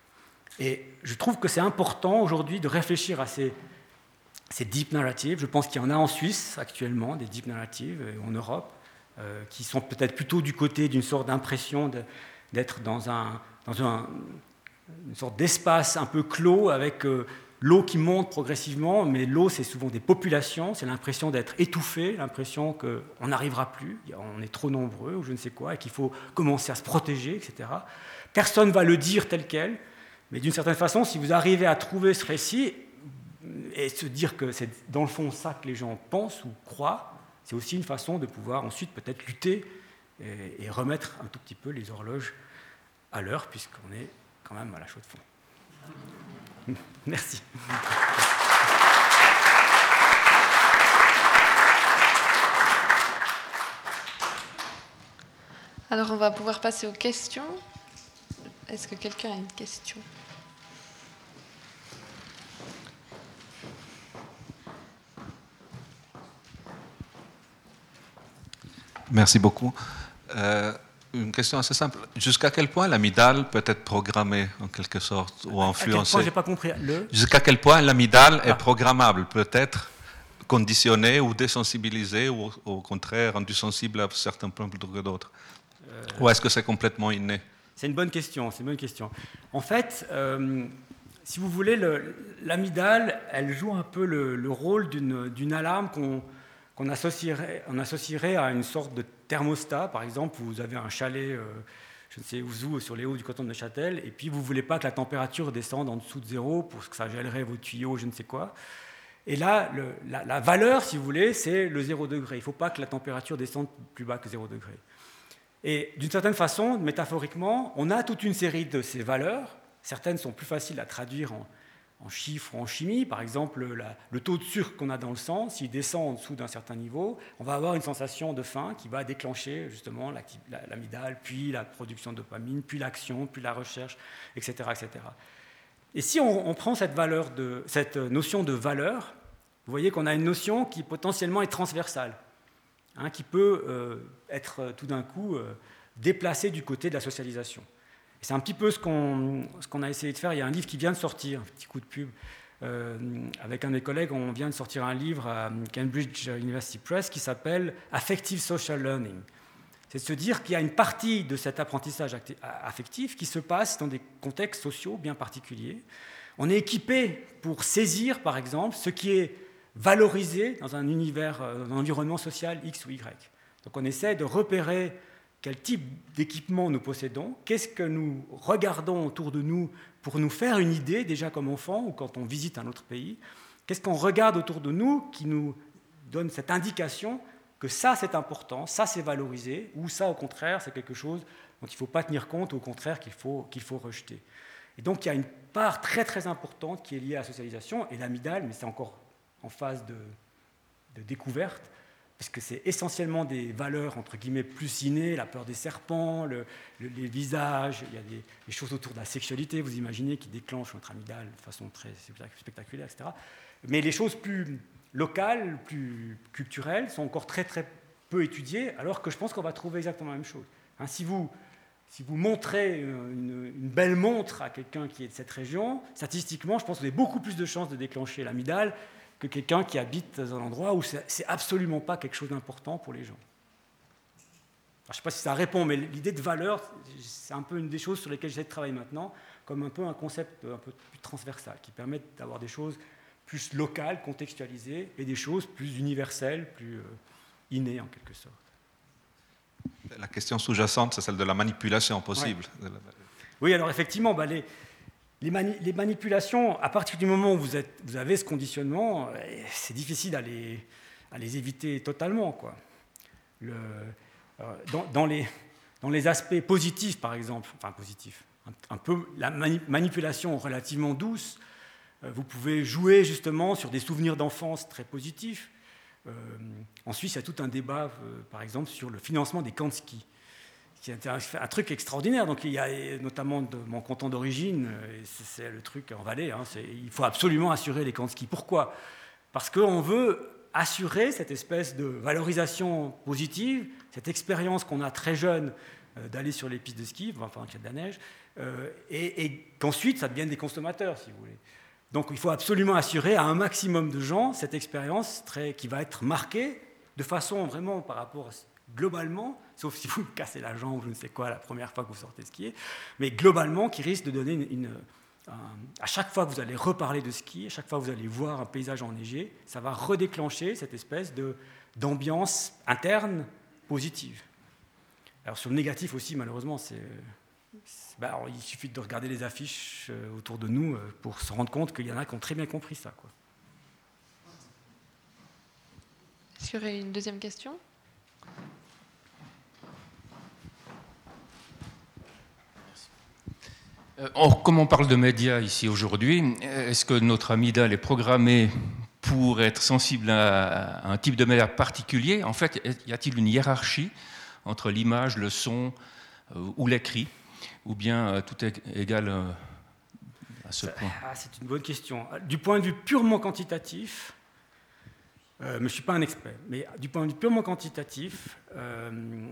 Et je trouve que c'est important aujourd'hui de réfléchir à ces, ces deep narratives. Je pense qu'il y en a en Suisse actuellement, des deep narratives, en Europe, euh, qui sont peut-être plutôt du côté d'une sorte d'impression de, d'être dans, un, dans un, une sorte d'espace un peu clos avec euh, l'eau qui monte progressivement, mais l'eau, c'est souvent des populations, c'est l'impression d'être étouffé, l'impression qu'on n'arrivera plus, on est trop nombreux ou je ne sais quoi, et qu'il faut commencer à se protéger, et cetera. Personne ne va le dire tel quel, mais d'une certaine façon, si vous arrivez à trouver ce récit et se dire que c'est dans le fond ça que les gens pensent ou croient, c'est aussi une façon de pouvoir ensuite peut-être lutter et, et remettre un tout petit peu les horloges à l'heure, puisqu'on est quand même à la chaux de fond. Merci. Alors, on va pouvoir passer aux questions. Est-ce que quelqu'un a une question ? Merci beaucoup. Euh, une question assez simple. Jusqu'à quel point l'amygdale peut être programmée, en quelque sorte, ou influencée ? À quel point, j'ai pas compris. Le... Jusqu'à quel point l'amygdale ah. est programmable, peut être conditionnée ou désensibilisée, ou au contraire rendue sensible à certains points plutôt que d'autres ? euh... Ou est-ce que c'est complètement inné ? C'est une bonne question, c'est une bonne question. En fait, euh, si vous voulez, le, l'amygdale, elle joue un peu le, le rôle d'une, d'une alarme qu'on, qu'on associerait, on associerait à une sorte de thermostat. Par exemple, vous avez un chalet, euh, je ne sais où, sur les hauts du canton de Neuchâtel, et puis vous ne voulez pas que la température descende en dessous de zéro pour que ça gèlerait vos tuyaux, je ne sais quoi. Et là, le, la, la valeur, si vous voulez, c'est le zéro degré. Il ne faut pas que la température descende plus bas que zéro degré. Et d'une certaine façon, métaphoriquement, on a toute une série de ces valeurs. Certaines sont plus faciles à traduire en, en chiffres ou en chimie. Par exemple, la, le taux de sucre qu'on a dans le sang, s'il descend en dessous d'un certain niveau, on va avoir une sensation de faim qui va déclencher justement l'amygdale, puis la production de dopamine, puis l'action, puis la recherche, et cetera, et cetera. Et si on, on prend cette, valeur de, cette notion de valeur, vous voyez qu'on a une notion qui potentiellement est transversale. Hein, qui peut euh, être euh, tout d'un coup euh, déplacé du côté de la socialisation. Et c'est un petit peu ce qu'on, ce qu'on a essayé de faire. Il y a un livre qui vient de sortir, un petit coup de pub, euh, avec un de mes collègues, on vient de sortir un livre à Cambridge University Press qui s'appelle « Affective Social Learning ». C'est de se dire qu'il y a une partie de cet apprentissage affectif qui se passe dans des contextes sociaux bien particuliers. On est équipé pour saisir, par exemple, ce qui est valorisé dans un univers, dans un environnement social X ou Y. Donc on essaie de repérer quel type d'équipement nous possédons, qu'est-ce que nous regardons autour de nous pour nous faire une idée, déjà comme enfant ou quand on visite un autre pays, qu'est-ce qu'on regarde autour de nous qui nous donne cette indication que ça c'est important, ça c'est valorisé, ou ça au contraire c'est quelque chose dont il ne faut pas tenir compte, ou au contraire qu'il faut, qu'il faut rejeter. Et donc il y a une part très très importante qui est liée à la socialisation, et l'amygdale, mais c'est encore en phase de, de découverte, parce que c'est essentiellement des valeurs, entre guillemets, plus innées, la peur des serpents, le, le, les visages, il y a des, des choses autour de la sexualité, vous imaginez, qui déclenchent notre amygdale de façon très spectaculaire, et cetera. Mais les choses plus locales, plus culturelles, sont encore très très peu étudiées, alors que je pense qu'on va trouver exactement la même chose. Hein, si vous... Si vous montrez une, une belle montre à quelqu'un qui est de cette région, statistiquement, je pense que vous avez beaucoup plus de chances de déclencher l'amygdale que quelqu'un qui habite dans un endroit où c'est, c'est absolument pas quelque chose d'important pour les gens. Alors, je ne sais pas si ça répond, mais l'idée de valeur, c'est un peu une des choses sur lesquelles j'essaie de travailler maintenant, comme un peu un concept un peu plus transversal, qui permet d'avoir des choses plus locales, contextualisées, et des choses plus universelles, plus euh, innées en quelque sorte. La question sous-jacente, c'est celle de la manipulation possible. Ouais. Oui, alors effectivement, bah les, les, mani- les manipulations, à partir du moment où vous, êtes, vous avez ce conditionnement, c'est difficile à les, à les éviter totalement, quoi. Le, euh, dans, dans, les, dans les aspects positifs, par exemple, enfin positifs, un, un peu la mani- manipulation relativement douce, euh, vous pouvez jouer justement sur des souvenirs d'enfance très positifs. Euh, en Suisse, il y a tout un débat, euh, par exemple, sur le financement des camps de ski. C'est un, un truc extraordinaire. Donc, il y a notamment de mon canton d'origine, euh, c'est, c'est le truc en Valais, hein, c'est, il faut absolument assurer les camps de ski. Pourquoi ? Parce qu'on veut assurer cette espèce de valorisation positive, cette expérience qu'on a très jeune euh, d'aller sur les pistes de ski, enfin, qu'il y a de la neige, euh, et, et qu'ensuite, ça devienne des consommateurs, si vous voulez. Donc il faut absolument assurer à un maximum de gens cette expérience très, qui va être marquée de façon vraiment par rapport globalement, sauf si vous cassez la jambe ou je ne sais quoi la première fois que vous sortez skier, mais globalement qui risque de donner une, une, un, à chaque fois que vous allez reparler de ski, à chaque fois que vous allez voir un paysage enneigé, ça va redéclencher cette espèce de, d'ambiance interne positive. Alors sur le négatif aussi, malheureusement, c'est... Ben, alors, il suffit de regarder les affiches euh, autour de nous euh, pour se rendre compte qu'il y en a qui ont très bien compris ça, quoi. Est-ce qu'il y aurait une deuxième question ? Euh, or, comme on parle de médias ici aujourd'hui, est-ce que notre amygdale est programmée pour être sensible à, à un type de média particulier ? En fait, y a-t-il une hiérarchie entre l'image, le son euh, ou l'écrit ? Ou bien euh, tout est égal euh, à ce point ? Ah, c'est une bonne question. Du point de vue purement quantitatif, euh, mais je ne suis pas un expert, mais du point de vue purement quantitatif, euh,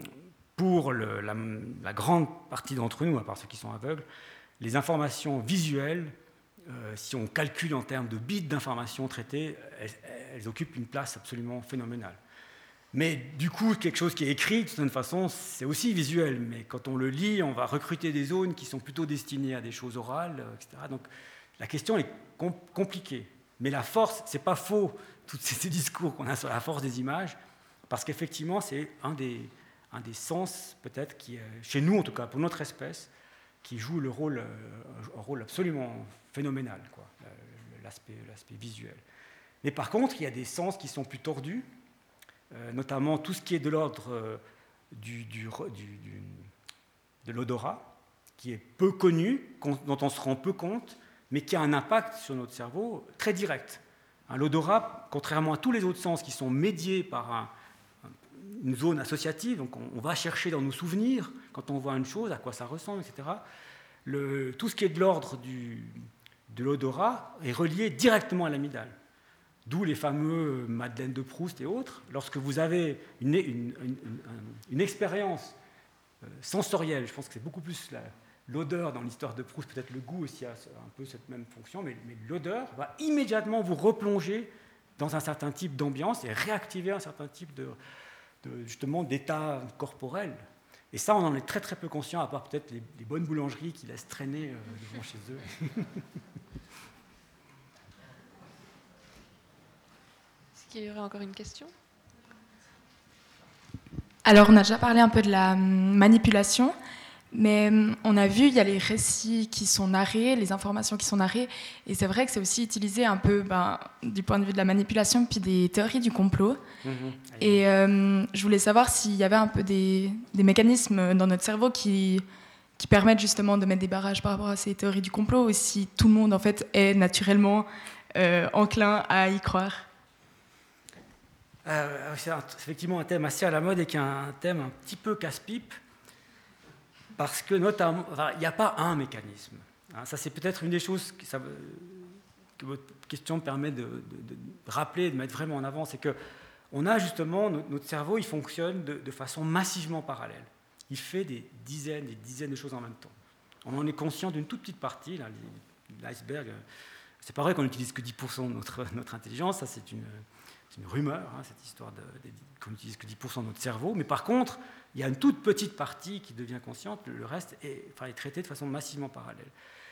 pour le, la, la grande partie d'entre nous, à part ceux qui sont aveugles, les informations visuelles, euh, si on calcule en termes de bits d'informations traitées, elles, elles occupent une place absolument phénoménale. Mais du coup, quelque chose qui est écrit, de toute façon, c'est aussi visuel. Mais quand on le lit, on va recruter des zones qui sont plutôt destinées à des choses orales, et cetera. Donc la question est com- compliquée. Mais la force, c'est pas faux, tous ces, ces discours qu'on a sur la force des images, parce qu'effectivement, c'est un des, un des sens, peut-être, qui, chez nous en tout cas, pour notre espèce, qui joue le rôle, un rôle absolument phénoménal, quoi, l'aspect, l'aspect visuel. Mais par contre, il y a des sens qui sont plus tordus, euh, notamment tout ce qui est de l'ordre euh, du, du, du, du, de l'odorat, qui est peu connu, dont on se rend peu compte, mais qui a un impact sur notre cerveau très direct. Hein, l'odorat, contrairement à tous les autres sens qui sont médiés par un, une zone associative, donc on, on va chercher dans nos souvenirs, quand on voit une chose, à quoi ça ressemble, et cetera. Le, tout ce qui est de l'ordre du, de l'odorat est relié directement à l'amygdale. D'où les fameux Madeleine de Proust et autres. Lorsque vous avez une, une, une, une expérience sensorielle, je pense que c'est beaucoup plus la, l'odeur dans l'histoire de Proust, peut-être le goût aussi a un peu cette même fonction, mais, mais l'odeur va immédiatement vous replonger dans un certain type d'ambiance et réactiver un certain type de, de, justement, d'état corporel. Et ça, on en est très très peu conscient, à part peut-être les, les bonnes boulangeries qui laissent traîner euh, devant chez eux. Est-ce qu'il y aurait encore une question ? Alors, on a déjà parlé un peu de la manipulation, mais on a vu, il y a les récits qui sont narrés, les informations qui sont narrées, et c'est vrai que c'est aussi utilisé un peu ben, du point de vue de la manipulation, puis des théories du complot. Mmh. Et euh, je voulais savoir s'il y avait un peu des, des mécanismes dans notre cerveau qui, qui permettent justement de mettre des barrages par rapport à ces théories du complot, ou si tout le monde en fait est naturellement euh, enclin à y croire. Euh, c'est un, effectivement un thème assez à la mode et qui est un thème un petit peu casse-pipe. Parce que, notamment, enfin, il n'y a pas un mécanisme. Hein, ça, c'est peut-être une des choses que, ça, que votre question me permet de, de, de rappeler, de mettre vraiment en avant, c'est qu'on a justement, notre, notre cerveau, il fonctionne de, de façon massivement parallèle. Il fait des dizaines, des dizaines de choses en même temps. On en est conscient d'une toute petite partie, là, l'iceberg. C'est pas vrai qu'on n'utilise que dix pour cent de notre, notre intelligence, ça c'est une, c'est une rumeur, hein, cette histoire de, de, qu'on n'utilise que dix pour cent de notre cerveau, mais par contre, il y a une toute petite partie qui devient consciente, le reste est, enfin, est traité de façon massivement parallèle.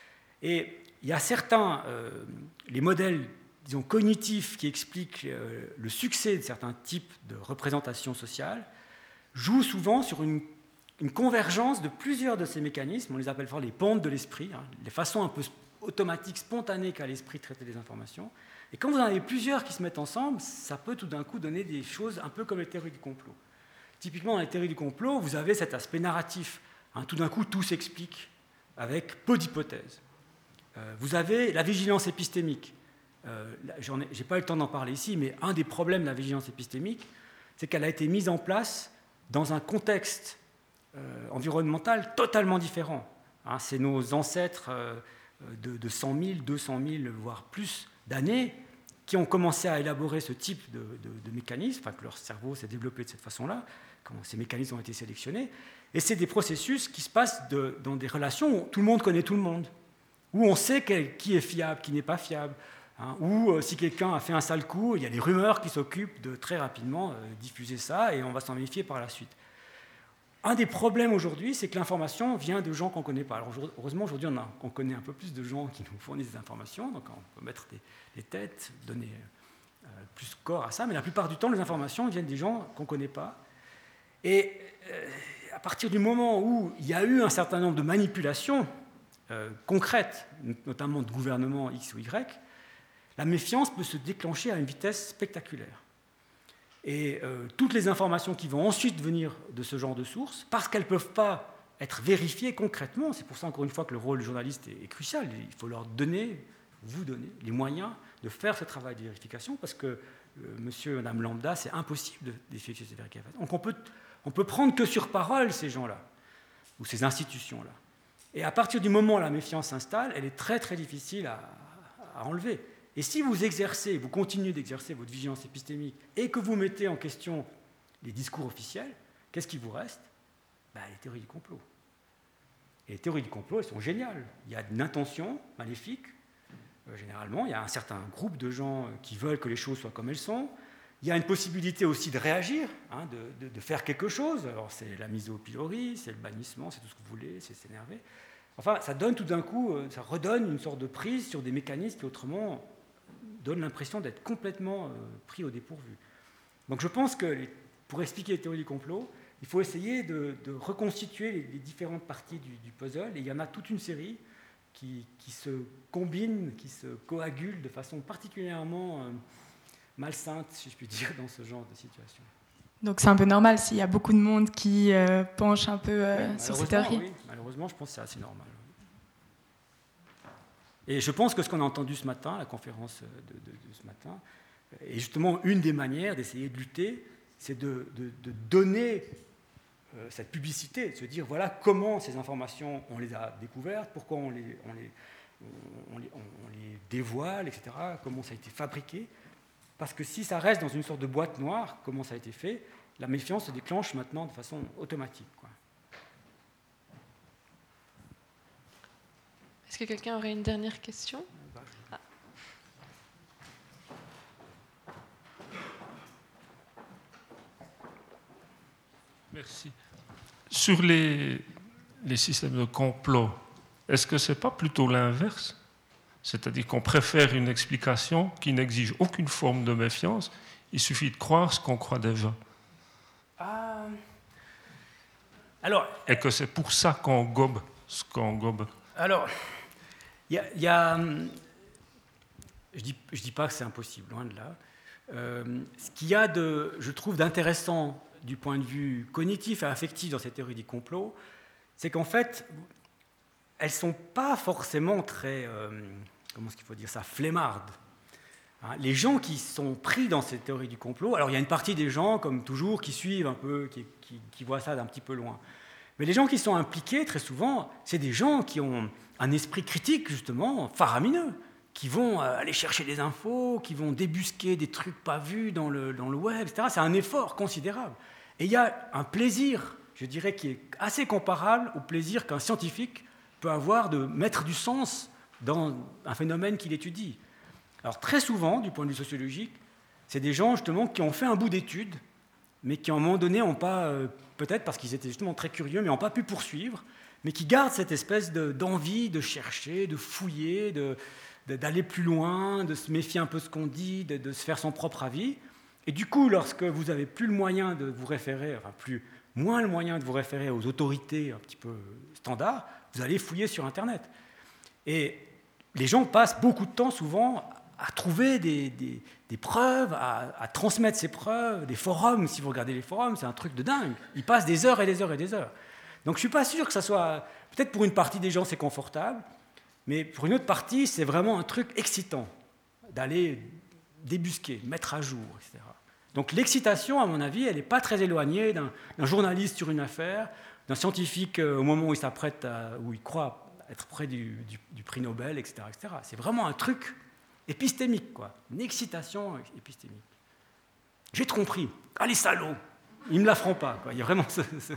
Et il y a certains, euh, les modèles, disons, cognitifs qui expliquent euh, le succès de certains types de représentations sociales, jouent souvent sur une, une convergence de plusieurs de ces mécanismes, on les appelle les pentes de l'esprit, hein, les façons un peu automatiques, spontanées qu'a l'esprit de traiter les informations. Et quand vous en avez plusieurs qui se mettent ensemble, ça peut tout d'un coup donner des choses un peu comme les théories du complot. Typiquement, dans les théories du complot, vous avez cet aspect narratif. Hein, tout d'un coup, tout s'explique avec peu d'hypothèses. Euh, vous avez la vigilance épistémique. Euh, je n'ai pas eu le temps d'en parler ici, mais un des problèmes de la vigilance épistémique, c'est qu'elle a été mise en place dans un contexte euh, environnemental totalement différent. Hein, c'est nos ancêtres euh, de, de cent mille, deux cent mille, voire plus d'années qui ont commencé à élaborer ce type de, de, de mécanisme, enfin que leur cerveau s'est développé de cette façon-là, quand ces mécanismes ont été sélectionnés. Et c'est des processus qui se passent de, dans des relations où tout le monde connaît tout le monde, où on sait quel, qui est fiable, qui n'est pas fiable, hein, où euh, si quelqu'un a fait un sale coup, il y a des rumeurs qui s'occupent de très rapidement euh, diffuser ça et on va s'en méfier par la suite. Un des problèmes aujourd'hui, c'est que l'information vient de gens qu'on ne connaît pas. Alors, heureusement, aujourd'hui, on, a, on connaît un peu plus de gens qui nous fournissent des informations, donc on peut mettre des, des têtes, donner euh, plus corps à ça, mais la plupart du temps, les informations viennent des gens qu'on ne connaît pas. Et euh, à partir du moment où il y a eu un certain nombre de manipulations euh, concrètes, notamment de gouvernements X ou Y, la méfiance peut se déclencher à une vitesse spectaculaire. Et euh, toutes les informations qui vont ensuite venir de ce genre de sources, parce qu'elles ne peuvent pas être vérifiées concrètement, c'est pour ça encore une fois que le rôle du journaliste est, est crucial, il faut leur donner, vous donner les moyens de faire ce travail de vérification, parce que euh, monsieur et madame lambda, c'est impossible de, d'effectuer ces vérifications. Donc on peut, on peut prendre que sur parole ces gens-là, ou ces institutions-là. Et à partir du moment où la méfiance s'installe, elle est très très difficile à, à enlever. Et si vous exercez, vous continuez d'exercer votre vigilance épistémique et que vous mettez en question les discours officiels, qu'est-ce qui vous reste? Ben, les théories du complot. Et les théories du complot, elles sont géniales. Il y a une intention maléfique, euh, généralement, il y a un certain groupe de gens qui veulent que les choses soient comme elles sont. Il y a une possibilité aussi de réagir, hein, de, de, de faire quelque chose. Alors c'est la mise au pilori, c'est le bannissement, c'est tout ce que vous voulez, c'est s'énerver. Enfin, ça donne tout d'un coup, ça redonne une sorte de prise sur des mécanismes qui autrement donnent l'impression d'être complètement euh, pris au dépourvu. Donc je pense que les, pour expliquer les théories du complot, il faut essayer de, de reconstituer les, les différentes parties du, du puzzle, et il y en a toute une série qui, qui se combinent, qui se coagulent de façon particulièrement euh, malsainte, si je puis dire, dans ce genre de situation. Donc c'est un peu normal s'il y a beaucoup de monde qui euh, penche un peu euh, oui, sur ces théories. Oui, malheureusement, je pense que c'est assez normal. Et je pense que ce qu'on a entendu ce matin, la conférence de, de, de ce matin, est justement une des manières d'essayer de lutter, c'est de, de, de donner euh, cette publicité, de se dire voilà comment ces informations, on les a découvertes, pourquoi on les, on les, on les, on les dévoile, et cetera, comment ça a été fabriqué. Parce que si ça reste dans une sorte de boîte noire, comment ça a été fait, la méfiance se déclenche maintenant de façon automatique, quoi. Est-ce que quelqu'un aurait une dernière question? Ah. Merci. Sur les, les systèmes de complot, est-ce que ce n'est pas plutôt l'inverse? C'est-à-dire qu'on préfère une explication qui n'exige aucune forme de méfiance, il suffit de croire ce qu'on croit déjà. Ah. Alors, et que c'est pour ça qu'on gobe ce qu'on gobe. Alors, il y, y a... Je ne dis, je dis pas que c'est impossible, loin de là. Euh, ce qu'il y a, de, je trouve, d'intéressant du point de vue cognitif et affectif dans cette théorie du complot, c'est qu'en fait, elles ne sont pas forcément très, euh, comment est-ce qu'il faut dire ça, flemmardes. Hein, les gens qui sont pris dans cette théorie du complot, alors il y a une partie des gens, comme toujours, qui suivent un peu, qui, qui, qui voient ça d'un petit peu loin. Mais les gens qui sont impliqués, très souvent, c'est des gens qui ont un esprit critique, justement, faramineux, qui vont aller chercher des infos, qui vont débusquer des trucs pas vus dans le, dans le web, et cetera. C'est un effort considérable. Et il y a un plaisir, je dirais, qui est assez comparable au plaisir qu'un scientifique peut avoir de mettre du sens dans un phénomène qu'il étudie. Alors très souvent, du point de vue sociologique, c'est des gens justement qui ont fait un bout d'études, mais qui à un moment donné n'ont pas, euh, peut-être parce qu'ils étaient justement très curieux, mais n'ont pas pu poursuivre, mais qui gardent cette espèce de, d'envie de chercher, de fouiller, de, de, d'aller plus loin, de se méfier un peu de ce qu'on dit, de, de se faire son propre avis. Et du coup, lorsque vous n'avez plus le moyen de vous référer, enfin plus, moins le moyen de vous référer aux autorités un petit peu standards, vous allez fouiller sur Internet. Et les gens passent beaucoup de temps souvent à trouver des, des, des preuves, à, à transmettre ces preuves, des forums. Si vous regardez les forums, c'est un truc de dingue. Ils passent des heures et des heures et des heures. Donc je ne suis pas sûr que ça soit... Peut-être pour une partie des gens, c'est confortable, mais pour une autre partie, c'est vraiment un truc excitant d'aller débusquer, mettre à jour, et cetera. Donc l'excitation, à mon avis, elle n'est pas très éloignée d'un, d'un journaliste sur une affaire, d'un scientifique euh, au moment où il s'apprête, à, où il croit être près du, du, du prix Nobel, et cetera, et cetera. C'est vraiment un truc épistémique, quoi, une excitation épistémique. J'ai compris. Ah, les salauds, ils ne me la feront pas, quoi. Il y a vraiment ce... ce...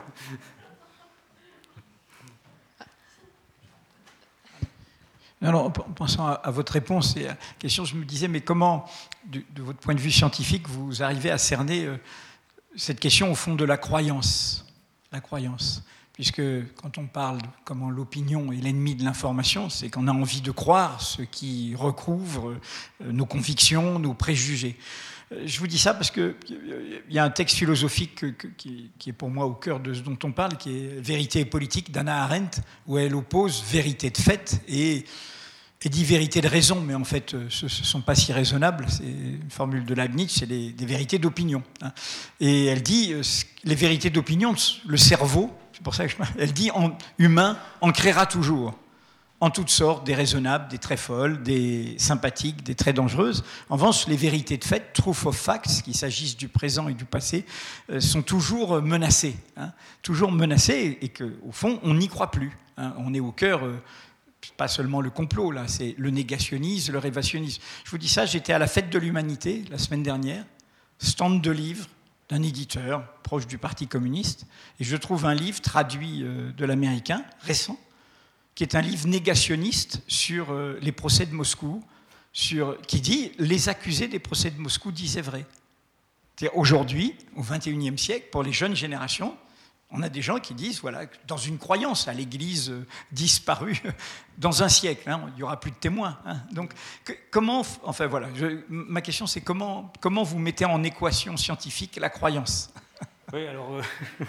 Alors, en pensant à, à votre réponse et à la question, je me disais, mais comment, de, de votre point de vue scientifique, vous arrivez à cerner euh, cette question au fond de la croyance, la croyance, puisque quand on parle de comment l'opinion est l'ennemi de l'information, c'est qu'on a envie de croire ce qui recouvre euh, nos convictions, nos préjugés. Je vous dis ça parce qu'il y a un texte philosophique qui est pour moi au cœur de ce dont on parle, qui est « Vérité et politique » d'Hannah Arendt, où elle oppose vérité de fait et et dit vérité de raison, mais en fait, ce ne sont pas si raisonnables. C'est une formule de Leibniz, c'est des, des vérités d'opinion. Hein. Et elle dit, les vérités d'opinion, le cerveau, c'est pour ça que je... Elle dit, en, humain en créera toujours, en toutes sortes, des raisonnables, des très folles, des sympathiques, des très dangereuses. En revanche, les vérités de fait, truth of facts, qu'il s'agisse du présent et du passé, euh, sont toujours menacées. Hein, toujours menacées, et qu'au fond, on n'y croit plus. Hein, on est au cœur... Euh, pas seulement le complot, là, c'est le négationnisme, le révasionnisme. Je vous dis ça, j'étais à la Fête de l'Humanité la semaine dernière, stand de livres d'un éditeur proche du Parti communiste, et je trouve un livre traduit de l'américain, récent, qui est un livre négationniste sur les procès de Moscou, sur, qui dit « Les accusés des procès de Moscou disaient vrai ». Aujourd'hui, au vingt et unième siècle, pour les jeunes générations, on a des gens qui disent, voilà, dans une croyance à l'Église euh, disparue, dans un siècle, hein, il n'y aura plus de témoins. Hein. Donc, que, comment, enfin voilà, je, ma question c'est comment, comment vous mettez en équation scientifique la croyance? Oui, alors, euh,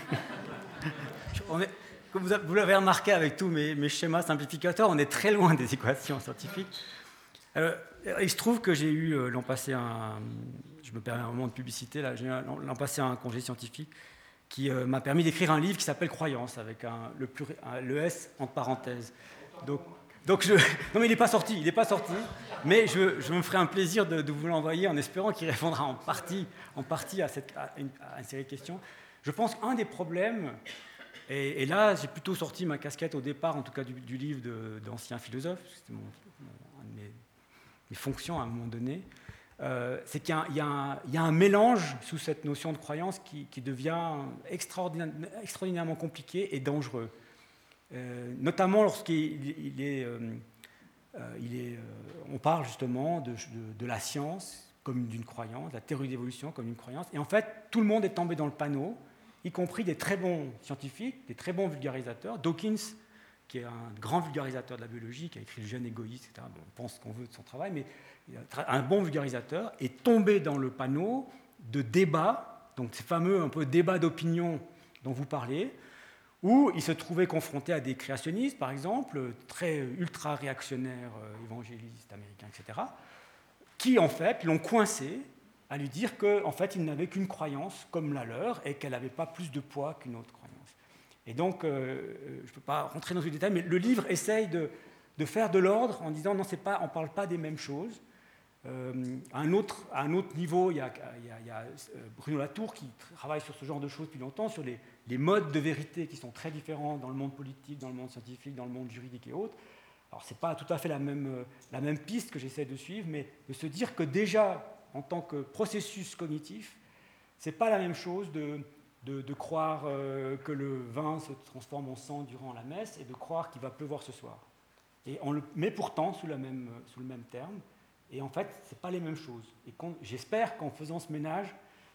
on est, comme vous, vous l'avez remarqué avec tous mes, mes schémas simplificateurs, on est très loin des équations scientifiques. Alors, il se trouve que j'ai eu euh, l'an passé un, je me permets un moment de publicité, là, j'ai eu l'an passé un congé scientifique, qui euh, m'a permis d'écrire un livre qui s'appelle Croyance, avec un, le, pluri, un, le S entre parenthèses. Donc, donc je, non mais il n'est pas sorti, il n'est pas sorti, mais je, je me ferai un plaisir de, de vous l'envoyer en espérant qu'il répondra en partie, en partie à, cette, à, une, à une série de questions. Je pense qu'un des problèmes, et, et là j'ai plutôt sorti ma casquette au départ, en tout cas du, du livre de, d'anciens philosophes, c'était mon, mon, une de mes, mes fonctions à un moment donné, Euh, c'est qu'il y a, il y a un, il y a un mélange sous cette notion de croyance qui, qui devient extraordinaire, extraordinairement compliqué et dangereux. Euh, notamment lorsqu'il il est, euh, il est, euh, on parle justement de, de, de la science comme d'une croyance, de la théorie d'évolution comme une croyance, et en fait tout le monde est tombé dans le panneau, y compris des très bons scientifiques, des très bons vulgarisateurs. Dawkins, qui est un grand vulgarisateur de la biologie, qui a écrit Le jeune égoïste, et cetera. Bon, on pense ce qu'on veut de son travail, mais un bon vulgarisateur est tombé dans le panneau de débats, donc ces fameux un peu débats d'opinion dont vous parlez, où il se trouvait confronté à des créationnistes, par exemple, très ultra-réactionnaires, évangélistes américains, et cetera, qui, en fait, l'ont coincé à lui dire qu'en fait, il n'avait qu'une croyance comme la leur et qu'elle n'avait pas plus de poids qu'une autre croyance. Et donc, euh, je ne peux pas rentrer dans le détail, mais le livre essaye de, de faire de l'ordre en disant non, c'est pas, on ne parle pas des mêmes choses. Euh, à, un autre, à un autre niveau, il y a, il y a, il y a Bruno Latour qui travaille sur ce genre de choses depuis longtemps, sur les, les modes de vérité qui sont très différents dans le monde politique, dans le monde scientifique, dans le monde juridique et autres. Alors, ce n'est pas tout à fait la même, la même piste que j'essaie de suivre, mais de se dire que déjà, en tant que processus cognitif, ce n'est pas la même chose de, de, de croire euh, que le vin se transforme en sang durant la messe et de croire qu'il va pleuvoir ce soir. Et on le met pourtant sous, la même, sous le même terme. Et en fait, ce n'est pas les mêmes choses. Et j'espère qu'en faisant ce ménage,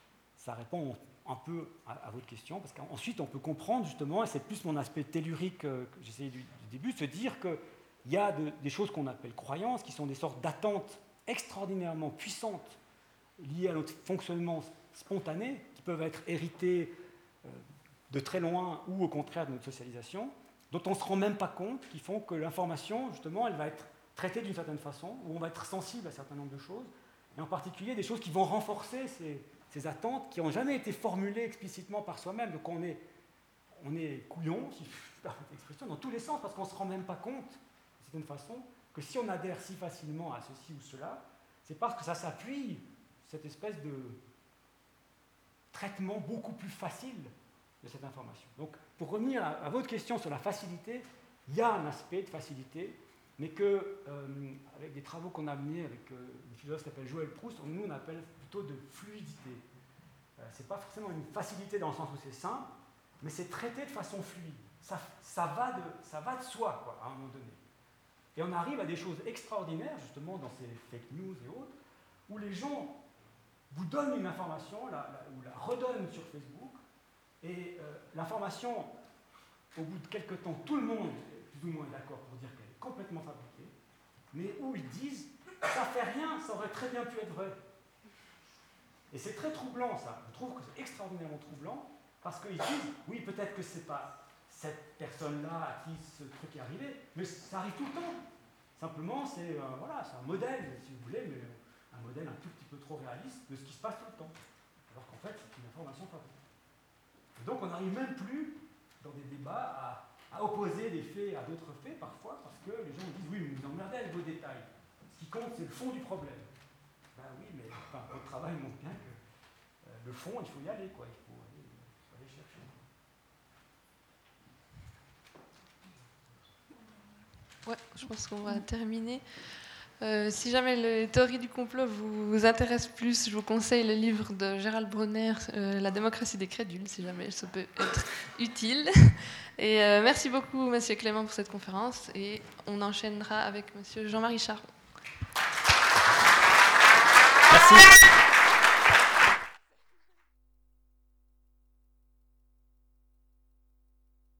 ça répond un peu à, à votre question, parce qu'ensuite, on peut comprendre justement, et c'est plus mon aspect tellurique que j'essayais du, du début, se dire qu'il y a de, des choses qu'on appelle croyances, qui sont des sortes d'attentes extraordinairement puissantes liées à notre fonctionnement spontané, qui peuvent être héritées euh, de très loin ou au contraire de notre socialisation, dont on ne se rend même pas compte, qui font que l'information, justement, elle va être traité d'une certaine façon, où on va être sensible à un certain nombre de choses, et en particulier des choses qui vont renforcer ces, ces attentes qui n'ont jamais été formulées explicitement par soi-même. Donc on est, on est couillon, si je peux permettre l'expression, dans tous les sens, parce qu'on ne se rend même pas compte, d'une certaine façon, que si on adhère si facilement à ceci ou cela, c'est parce que ça s'appuie, cette espèce de traitement beaucoup plus facile de cette information. Donc pour revenir à, à votre question sur la facilité, il y a un aspect de facilité, mais que, euh, avec des travaux qu'on a menés avec euh, une philosophe qui s'appelle Joël Proust, nous on appelle plutôt de fluidité. Euh, ce n'est pas forcément une facilité dans le sens où c'est simple, mais c'est traité de façon fluide. Ça, ça, va, de, ça va de soi, quoi, à un moment donné. Et on arrive à des choses extraordinaires, justement, dans ces fake news et autres, où les gens vous donnent une information, la, la, ou la redonnent sur Facebook, et euh, l'information, au bout de quelques temps, tout le monde, plus ou moins, est d'accord pour dire qu'elle est complètement fabriquée, mais où ils disent « ça fait rien, ça aurait très bien pu être vrai ». Et c'est très troublant, ça. Je trouve que c'est extraordinairement troublant, parce qu'ils disent « oui, peut-être que c'est pas cette personne-là à qui ce truc est arrivé, mais ça arrive tout le temps. Simplement, c'est euh, voilà, c'est un modèle, si vous voulez, mais un modèle un tout petit peu trop réaliste de ce qui se passe tout le temps. Alors qu'en fait, c'est une information fabriquée. Et donc, on n'arrive même plus, dans des débats, à, à opposer des faits à d'autres faits, parfois, parce que les gens disent « oui, mais vous emmerdez avec vos détails. Ce qui compte, c'est le fond du problème. » Ben oui, mais enfin, votre travail montre bien que euh, le fond, il faut y aller, quoi. Il faut aller, il faut aller chercher. Ouais, je pense qu'on va terminer. Euh, si jamais les théories du complot vous, vous intéressent plus, je vous conseille le livre de Gérald Bronner, euh, La démocratie des crédules, si jamais ça peut être utile. Et euh, merci beaucoup, Monsieur Clément, pour cette conférence. Et on enchaînera avec Monsieur Jean-Marie Charon. Merci.